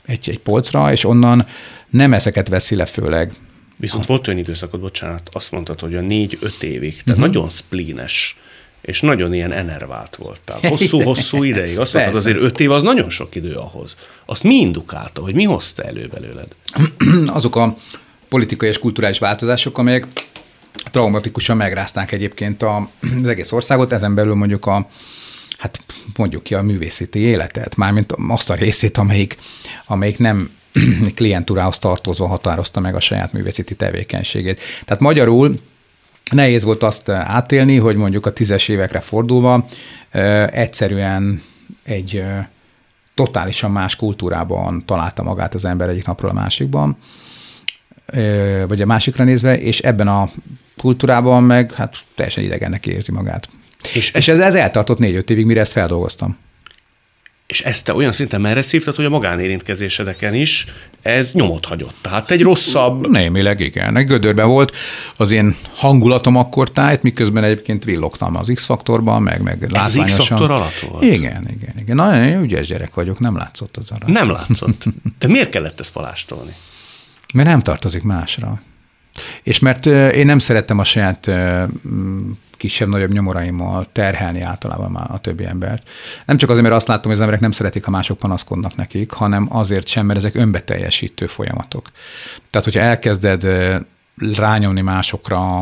egy polcra, és onnan nem ezeket veszi le főleg. Viszont volt olyan időszakod, bocsánat, azt mondtad, hogy a 4-5 évig, tehát nagyon spleenes, és nagyon ilyen enervált voltál. Hosszú-hosszú ideig. Azt mondtad, azért 5 év az nagyon sok idő ahhoz. Azt mi indukálta, hogy mi hozta elő belőled? Azok a politikai és kulturális változások, amelyek traumatikusan megrázták egyébként az egész országot, ezen belül mondjuk mondjuk ki a művészeti életet, mármint azt a részét, amelyik nem klientúrához tartozva határozta meg a saját művészeti tevékenységét. Tehát magyarul nehéz volt azt átélni, hogy mondjuk a 10-es évekre fordulva egyszerűen egy totálisan más kultúrában találta magát az ember egyik napról a másikban, vagy a másikra nézve, és ebben a kultúrában meg teljesen idegennek érzi magát. És ez eltartott 4-5 évig, mire ezt feldolgoztam. És ezt te olyan szinten merre szívtad, hogy a magánérintkezésedeken is ez nyomot hagyott. Tehát egy rosszabb... Némileg igen. Egy gödörben volt az én hangulatom akkor tájt, miközben egyébként villogtam az X-faktorban, meg látványosan. Ez X-faktor alatt volt? Igen. Nagyon ügyes gyerek vagyok, nem látszott az arra. Nem látszott. De miért kellett ezt palástolni? Mert nem tartozik másra. És mert én nem szerettem a saját kisebb-nagyobb nyomoraimmal terhelni általában már a többi embert. Nem csak azért, mert azt látom, hogy az emberek nem szeretik, ha mások panaszkodnak nekik, hanem azért sem, mert ezek önbeteljesítő folyamatok. Tehát, hogyha elkezded rányomni másokra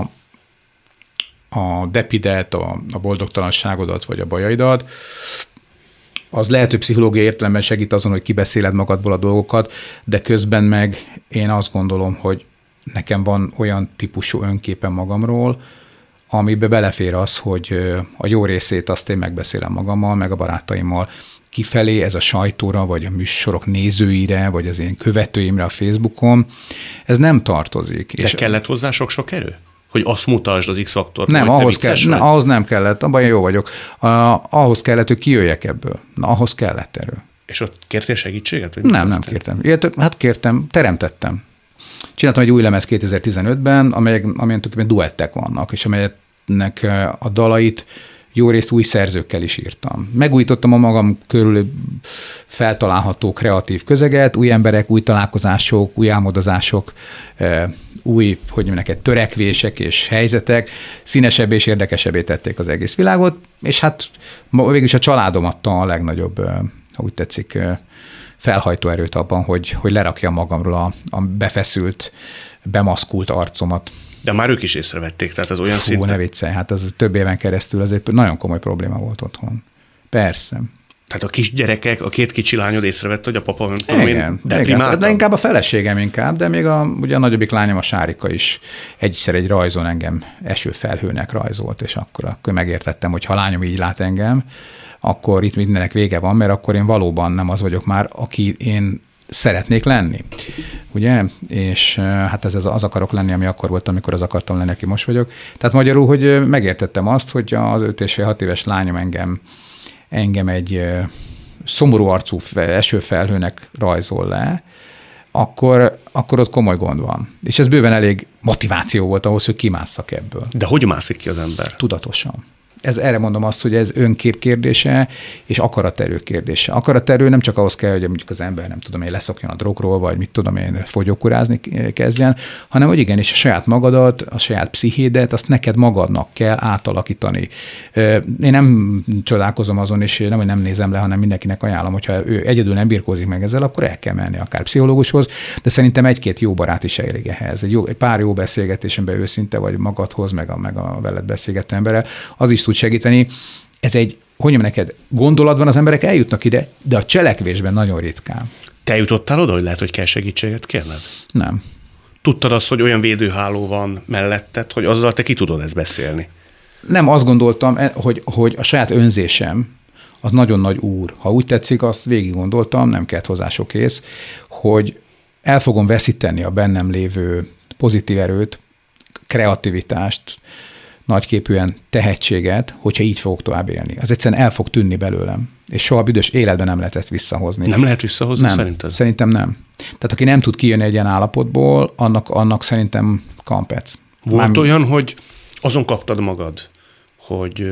a depidet, a boldogtalanságodat, vagy a bajaidat, az lehet, hogy pszichológiai értelemben segít azon, hogy kibeszéled magadból a dolgokat, de közben meg én azt gondolom, hogy nekem van olyan típusú önképem magamról, amiben belefér az, hogy a jó részét azt én megbeszélem magammal, meg a barátaimmal. Kifelé ez a sajtóra, vagy a műsorok nézőire, vagy az én követőimre a Facebookon, ez nem tartozik. De kellett hozzá sok erő? Hogy azt mutasd az X-faktort? Nem, ahhoz nem kellett, abban jó vagyok. Ahhoz kellett, hogy kijöjjek ebből. ahhoz kellett erő. És ott kértél segítséget? Vagy nem kértem. Kértem, teremtettem. Csináltam egy új lemez 2015-ben, amelyen tulajdonképpen duettek vannak, és amelynek a dalait jó részt új szerzőkkel is írtam. Megújítottam a magam körül feltalálható kreatív közeget, új emberek, új találkozások, új álmodozások, új, törekvések és helyzetek színesebb és érdekesebbé tették az egész világot, és végülis a családom adta a legnagyobb, ha úgy tetszik, felhajtó erőt abban, hogy lerakja magamról a befeszült, bemaszkult arcomat. De már ők is észrevették, tehát az olyan szinten... ne viccelj, az több éven keresztül az egy nagyon komoly probléma volt otthon. Persze. Tehát a kisgyerekek, a 2 kicsi lányod észrevette, hogy a papa, igen, de inkább a feleségem de még ugye a nagyobbik lányom, a Sárika is egyszer egy rajzon engem esőfelhőnek rajzolt, és akkor megértettem, hogy ha a lányom így lát engem, akkor itt mindennek vége van, mert akkor én valóban nem az vagyok már, aki én szeretnék lenni. Ugye? És ez az akarok lenni, ami akkor volt, amikor az akartam lenni, aki most vagyok. Tehát magyarul, hogy megértettem azt, hogy az 5,5-6 éves lányom engem egy szomorú arcú esőfelhőnek rajzol le, akkor ott komoly gond van. És ez bőven elég motiváció volt ahhoz, hogy kimásszak ebből. De hogy mászik ki az ember? Tudatosan. Erre mondom azt, hogy ez önkép kérdése és akaraterő kérdése. Akaraterő nem csak ahhoz kell, hogy mondjuk az ember leszokjon a drogról, vagy mit tudom én, fogyókúrázni kezdjen, hanem hogy igenis a saját magadat, a saját pszichédet, azt neked magadnak kell átalakítani. Én nem csodálkozom azon, és nem nézem le, hanem mindenkinek ajánlom, hogyha ő egyedül nem birkózik meg ezzel, akkor el kell menni akár pszichológushoz, de szerintem 1-2 jó barát is elég ehhez. Egy pár jó beszélgetésemben őszinte vagy magadhoz, meg a veled beszélgető emberrel, az is tud segíteni. Ez egy, neked gondolatban az emberek eljutnak ide, de a cselekvésben nagyon ritkán. Te jutottál oda, hogy lehet, hogy kell segítséget kérned? Nem. Tudtad azt, hogy olyan védőháló van melletted, hogy azzal te ki tudod ezt beszélni? Nem, azt gondoltam, hogy a saját önzésem az nagyon nagy úr. Ha úgy tetszik, azt végig gondoltam, nem kellett hozzá sok ész, hogy el fogom veszíteni a bennem lévő pozitív erőt, kreativitást, nagyképűen tehetséget, hogyha így fogok tovább élni. Az egyszerűen el fog tűnni belőlem. És soha büdös életben nem lehet ezt visszahozni. Nem lehet visszahozni, nem, szerinted? Szerintem nem. Tehát aki nem tud kijönni egy ilyen állapotból, annak szerintem kampec. Volt olyan, hogy azon kaptad magad, hogy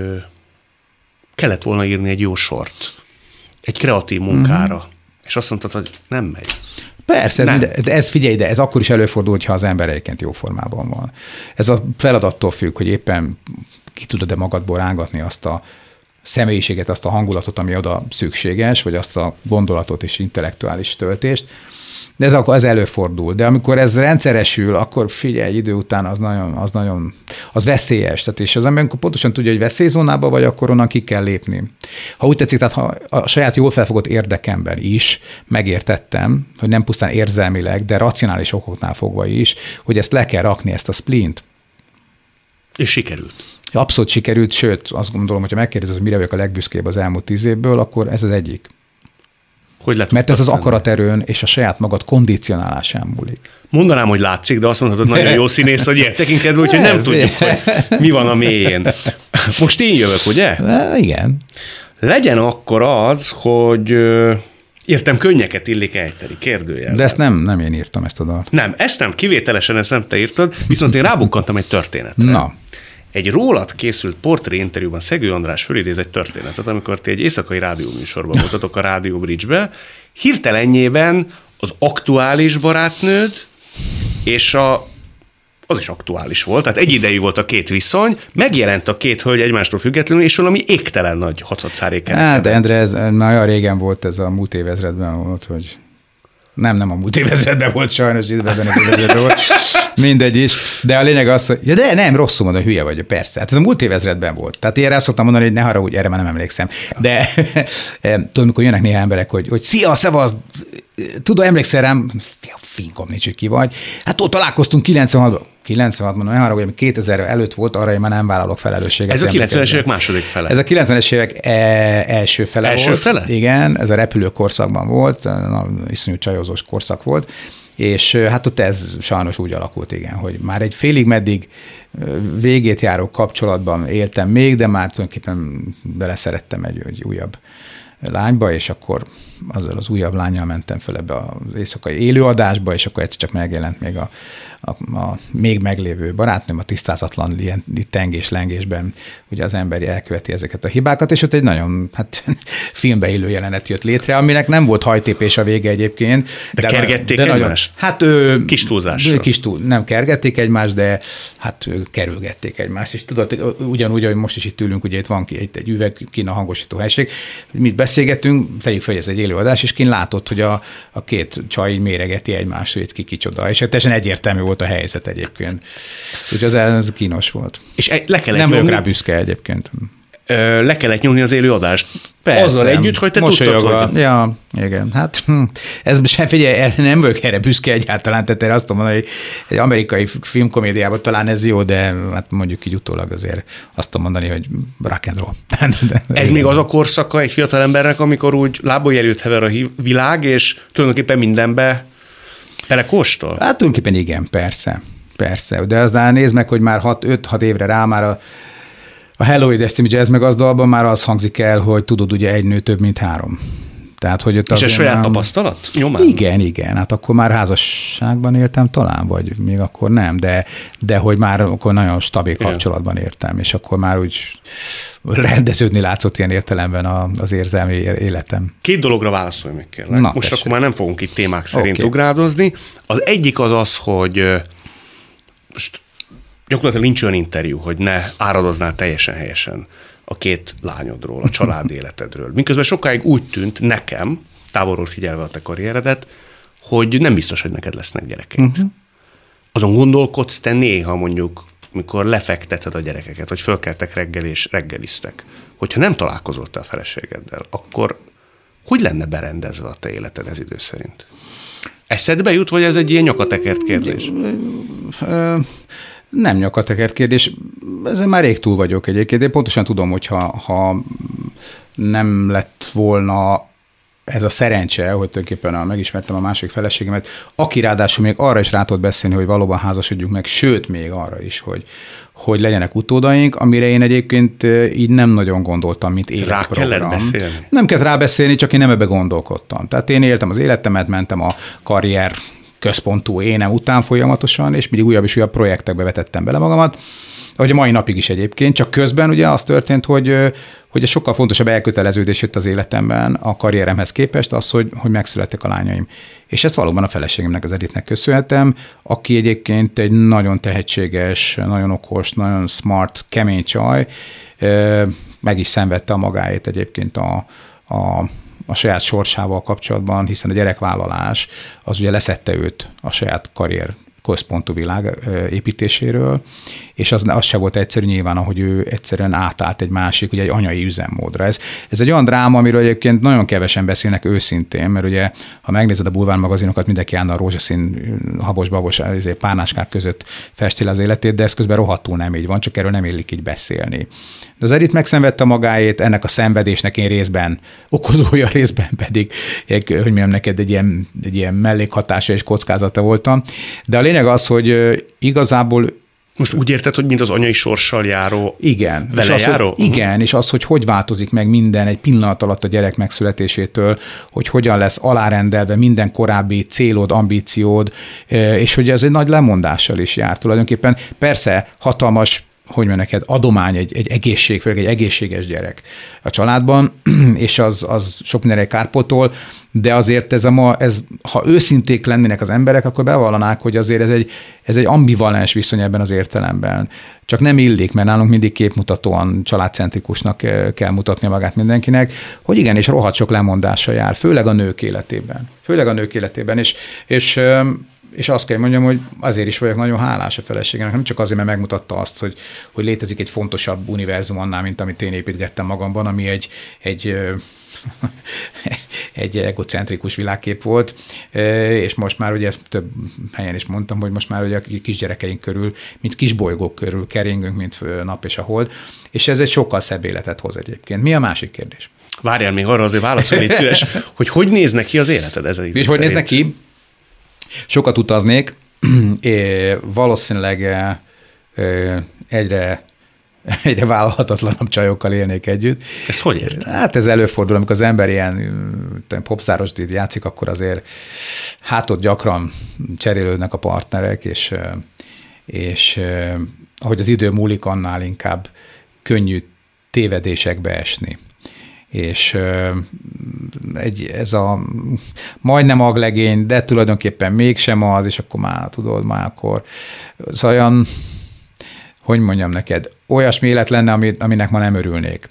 kellett volna írni egy jó sort, egy kreatív munkára, és azt mondtad, hogy nem megy. Persze, de ez figyelj, de ez akkor is előfordul, hogyha az ember egyébként jó formában van. Ez a feladattól függ, hogy éppen ki tudod-e magadból rángatni azt a személyiséget, azt a hangulatot, ami oda szükséges, vagy azt a gondolatot és intellektuális töltést. De ez akkor az előfordul. De amikor ez rendszeresül, akkor figyelj, idő után az veszélyes. Tehát és az ember, amikor pontosan tudja, hogy veszélyzónában vagy, akkor onnan ki kell lépni. Ha úgy tetszik, tehát ha a saját jól felfogott érdekemben is megértettem, hogy nem pusztán érzelmileg, de racionális okoknál fogva is, hogy ezt le kell rakni, ezt a splint. És sikerült. Abszolút sikerült, sőt, azt gondolom, hogyha megkérdezed, hogy mire vagyok a legbüszkébb az elmúlt 10 évből, akkor ez az egyik. Mert ez az akaraterőn és a saját magad kondicionálásán múlik. Mondanám, hogy látszik, de azt mondhatod, nagyon jó színész, hogy ilyen tekintetben, úgyhogy nem tudjuk, hogy mi van a mélyén. Most én jövök, ugye? Igen. Legyen akkor az, hogy értem, könnyeket illik ejteni, kérdőjel. De ezt nem én írtam, ezt a dalt. Nem, kivételesen ezt nem te írtad, viszont én rábukkantam egy történetre. Na. Egy rólad készült portré interjúban Szegő András fölidéz egy történetet, amikor ti egy éjszakai rádióműsorban voltatok a Rádió Bridge-be, hirtelenjében az aktuális barátnőd és az is aktuális volt, tehát egyidejű volt a két viszony, megjelent a két hölgy egymástól függetlenül, és valami égtelen nagy hacacáré kerekedett. De Endre, ez nagyon régen volt, ez a múlt évezredben volt, hogy nem a múlt évezredben volt sajnos, időben volt. Mindegy is. De a lényeg az, hogy de nem, rosszul mondom, hülye vagy, persze. Hát ez a múlt évezredben volt. Tehát ilyenre azt szoktam mondani, hogy ne haragudj, erre már nem emlékszem. De tudom, mikor jönnek néha emberek, hogy szia, szevasz, tudom, emlékszel rám, finkom nincs, hogy ki vagy. Hát ott találkoztunk 96-ban, mondom, ne haragudj, 2000 előtt volt, arra én már nem vállalok felelősséget. Ez a 90-es évek második fele. Ez a 90-es évek első fele volt. Első fele? Igen, ez a repülő korszakban volt, iszonyú csajozós korszak volt. És hát ott ez sajnos úgy alakult, igen, hogy már egy félig meddig végét járó kapcsolatban éltem még, de már tulajdonképpen beleszerettem egy újabb lányba, és akkor azzal az újabb lánnyal mentem fel ebbe az éjszakai élőadásba, és akkor egyszer csak megjelent még a még meglévő barátnőm, a tisztázatlan ilyen tengés-lengésben ugye az ember elköveti ezeket a hibákat, és ott egy nagyon filmbe illő jelenet jött létre, aminek nem volt hajtépés a vége egyébként. De kergették egymást? Hát kis túlzással. Nem kergették egymást, de hát kerülgették egymást, és tudod, ugyanúgy, hogy most is itt ülünk, ugye itt van egy üveg, kín a hangosító helység, mit beszélgetünk, tegyük fel, hogy ez egy élőadás, és kín látott, hogy a két csaj így méregeti egymást, hogy ki kicsoda, és teljesen egyértelmű volt a helyzet egyébként. Úgyhogy ez kínos volt. És le kellett nem vagyok rá büszke egyébként. Le kellett nyomni az élőadást. Persze. Azzal együtt, hogy te tudtad, hogy... Ja, igen. Hát ez sem, figyelj, nem vagyok erre büszke egyáltalán, tehát erre azt tudom mondani, hogy egy amerikai filmkomédiában talán ez jó, de hát mondjuk így utólag azért azt tudom mondani, hogy rock and roll. Ez még az a korszaka egy fiatalembernek, amikor úgy lábójelőt hever a világ, és tulajdonképpen mindenbe belekóstol? Hát tulajdonképpen igen, persze. De aztán nézd meg, hogy már 5-6 évre rá már a Hello Destiny Jazz meg az dalban már az hangzik el, hogy tudod, ugye egy nő több, mint 3. Tehát, hogy ott és a saját tapasztalat? Nyomán? Igen. Hát akkor már házasságban éltem talán, vagy még akkor nem, de hogy már akkor nagyon stabil kapcsolatban értem, és akkor már úgy rendeződni látszott ilyen értelemben az érzelmi életem. 2 dologra válaszolj meg, kérlek. Most tessék. Akkor már nem fogunk itt témák szerint ugrádozni. Az egyik az, hogy most gyakorlatilag nincs olyan interjú, hogy ne áradoznál teljesen helyesen a 2 lányodról, a család életedről. Miközben sokáig úgy tűnt nekem, távolról figyelve a te karrieredet, hogy nem biztos, hogy neked lesznek gyerekeid. Uh-huh. Azon gondolkodsz te néha mondjuk, mikor lefekteted a gyerekeket, hogy fölkeltek reggel és reggeliztek. Hogyha nem találkozol te a feleségeddel, akkor hogy lenne berendezve a te életed ez idő szerint? Eszedbe jut, vagy ez egy ilyen nyakatekert kérdés? Nem nyakatekert kérdés, ezen már rég túl vagyok egyébként. Én pontosan tudom, hogy ha nem lett volna ez a szerencse, hogy tulajdonképpen megismertem a másik feleségemet, aki ráadásul még arra is rá tudott beszélni, hogy valóban házasodjunk meg, sőt még arra is, hogy legyenek utódaink, amire én egyébként így nem nagyon gondoltam, mint életprogram. Rá kellett beszélni? Nem kellett rábeszélni, csak én nem ebbe gondolkodtam. Tehát én éltem az életemet, mentem a karrier központú énem után folyamatosan, és mindig újabb és újabb projektekbe vetettem bele magamat, ahogy a mai napig is egyébként, csak közben ugye az történt, hogy egy sokkal fontosabb elköteleződés jött az életemben a karrieremhez képest az, hogy megszülettek a lányaim. És ezt valóban a feleségemnek, az Edithnek köszönhetem, aki egyébként egy nagyon tehetséges, nagyon okos, nagyon smart, kemény csaj, meg is szenvedte a magáét egyébként a saját sorsával kapcsolatban, hiszen a gyerekvállalás az ugye leszedte őt a saját karrier központú világ építéséről, és az se volt egyszerű nyilván, ahogy ő egyszerűen átállt egy másik, ugye egy anyai üzemmódra. Ez egy olyan dráma, amiről egyébként nagyon kevesen beszélnek őszintén, mert ugye, ha megnézed a bulvármagazinokat, mindenki állna a rózsaszín habos-babos párnáskák között festi az életét, de ez közben rohadtul nem így van, csak erről nem illik így beszélni. De az Edith megszenvedte magáét, ennek a szenvedésnek én részben okozója, részben pedig, hogy mondjam neked, egy ilyen mellékhatása és kockázata voltam. De a lényeg az, hogy igazából most úgy érted, hogy mint az anyai sorssal járó, igen, vele járó? Igen, és az, hogy változik meg minden egy pillanat alatt a gyerek megszületésétől, hogy hogyan lesz alárendelve minden korábbi célod, ambíciód, és hogy ez egy nagy lemondással is jár tulajdonképpen. Persze hatalmas, hogy mondjam neked, adomány egy egészség, főleg egy egészséges gyerek a családban, és az sok mindenre kárpótol, de azért ha őszinték lennének az emberek, akkor bevallanák, hogy azért ez egy ambivalens viszony ebben az értelemben. Csak nem illik, mert nálunk mindig képmutatóan családcentrikusnak kell mutatni magát mindenkinek, hogy igen, és rohadt sok lemondása jár, főleg a nők életében. És azt kell mondjam, hogy azért is vagyok nagyon hálás a feleségemnek, nem csak azért, mert megmutatta azt, hogy létezik egy fontosabb univerzum annál, mint amit én építgettem magamban, ami egy egocentrikus világkép volt, és most már ugye ezt több helyen is mondtam, hogy most már ugye a kisgyerekeink körül, mint kisbolygók körül keringünk, mint nap és a hold, és ez egy sokkal szebb életet hoz egyébként. Mi a másik kérdés? Várjál, még arra azért válaszolj, légy szíves, hogy néznek ki az életed ezzel? És hogy néznek ki? Sokat utaznék, valószínűleg egyre vállalhatatlanabb csajokkal élnék együtt. Ez hogy érted? Hát ez előfordul, amikor az ember ilyen popszárosdít játszik, akkor azért ott gyakran cserélődnek a partnerek, és ahogy az idő múlik, annál inkább könnyű tévedésekbe esni. És ez a majdnem aglegény, de tulajdonképpen mégsem az, és akkor már tudod, akkor szóval olyan, hogy mondjam neked, olyasmi élet lenne, aminek ma nem örülnék.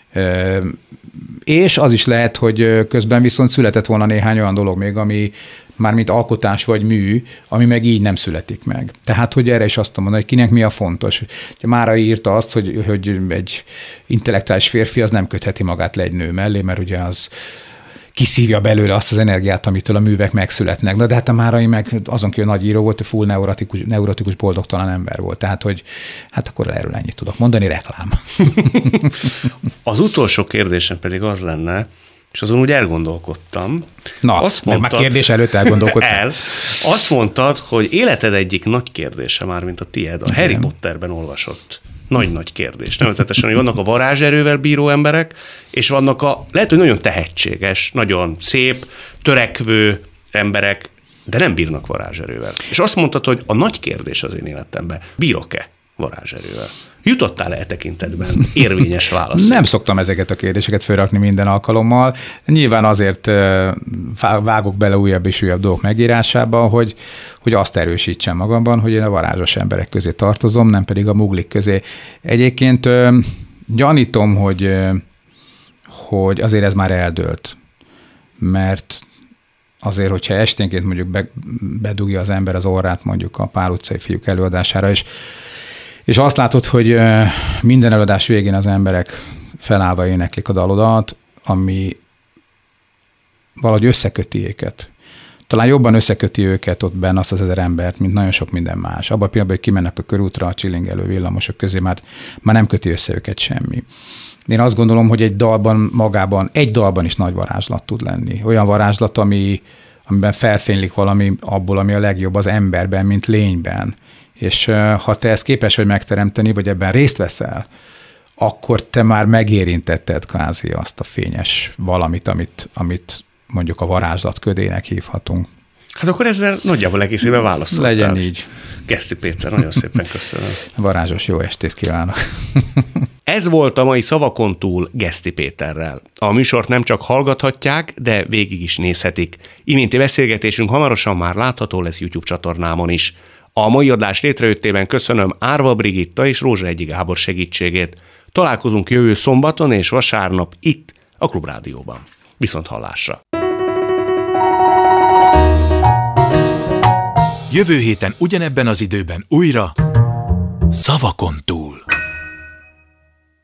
És az is lehet, hogy közben viszont született volna néhány olyan dolog még, ami mármint alkotás vagy mű, ami meg így nem születik meg. Tehát, hogy erre is azt mondom, hogy kinek mi a fontos. Márai írta azt, hogy egy intellektuális férfi az nem kötheti magát le egy nő mellé, mert ugye az kiszívja belőle azt az energiát, amitől a művek megszületnek. Na, de hát a Márai meg azon kívül nagy író volt, hogy full neurotikus boldogtalan ember volt. Tehát, hogy hát akkor erről ennyit tudok mondani, reklám. Az utolsó kérdésem pedig az lenne, és azon úgy elgondolkodtam. Na, mert már kérdés előtt elgondolkodtam. Azt mondtad, hogy életed egyik nagy kérdése már, mint a tied, a Harry Potterben olvasott. Nagy kérdés. Nevezetesen, hogy vannak a varázserővel bíró emberek, és vannak lehet, hogy nagyon tehetséges, nagyon szép, törekvő emberek, de nem bírnak varázserővel. És azt mondtad, hogy a nagy kérdés az én életemben, bírok-e varázserővel? Jutottál-e tekintetben érvényes választ? Nem szoktam ezeket a kérdéseket felrakni minden alkalommal. Nyilván azért vágok bele újabb és újabb dolgok megírásába, hogy azt erősítsem magamban, hogy én a varázsos emberek közé tartozom, nem pedig a muglik közé. Egyébként gyanítom, hogy azért ez már eldőlt. Mert azért, hogyha esténként mondjuk bedugja az ember az orrát mondjuk a Pál utcai fiúk előadására, és azt látod, hogy minden előadás végén az emberek felállva éneklik a dalodat, ami valahogy összeköti őket. Talán jobban összeköti őket ott benne azt az 1000 embert, mint nagyon sok minden más. Abban a pillanatban, hogy kimennek a körútra a csilingelő villamosok közé, már nem köti össze őket semmi. Én azt gondolom, hogy egy dalban is nagy varázslat tud lenni. Olyan varázslat, amiben felfénylik valami abból, ami a legjobb az emberben, mint lényben. És ha te ezt képes vagy megteremteni, vagy ebben részt veszel, akkor te már megérintetted kvázi azt a fényes valamit, amit mondjuk a varázslat ködének hívhatunk. Hát akkor ezzel nagyjából egészében válaszoltál. Legyen így. Geszti Péter, nagyon szépen köszönöm. Varázsos jó estét kívánok. Ez volt a mai Szavakon túl Geszti Péterrel. A műsort nem csak hallgathatják, de végig is nézhetik. Iménti beszélgetésünk hamarosan már látható lesz YouTube csatornámon is. A mai adás létrejöttében köszönöm Árva Brigitta és Rózsa Egyi Gábor segítségét. Találkozunk jövő szombaton és vasárnap itt, a Klubrádióban. Viszont hallásra! Jövő héten ugyanebben az időben újra Szavakon túl.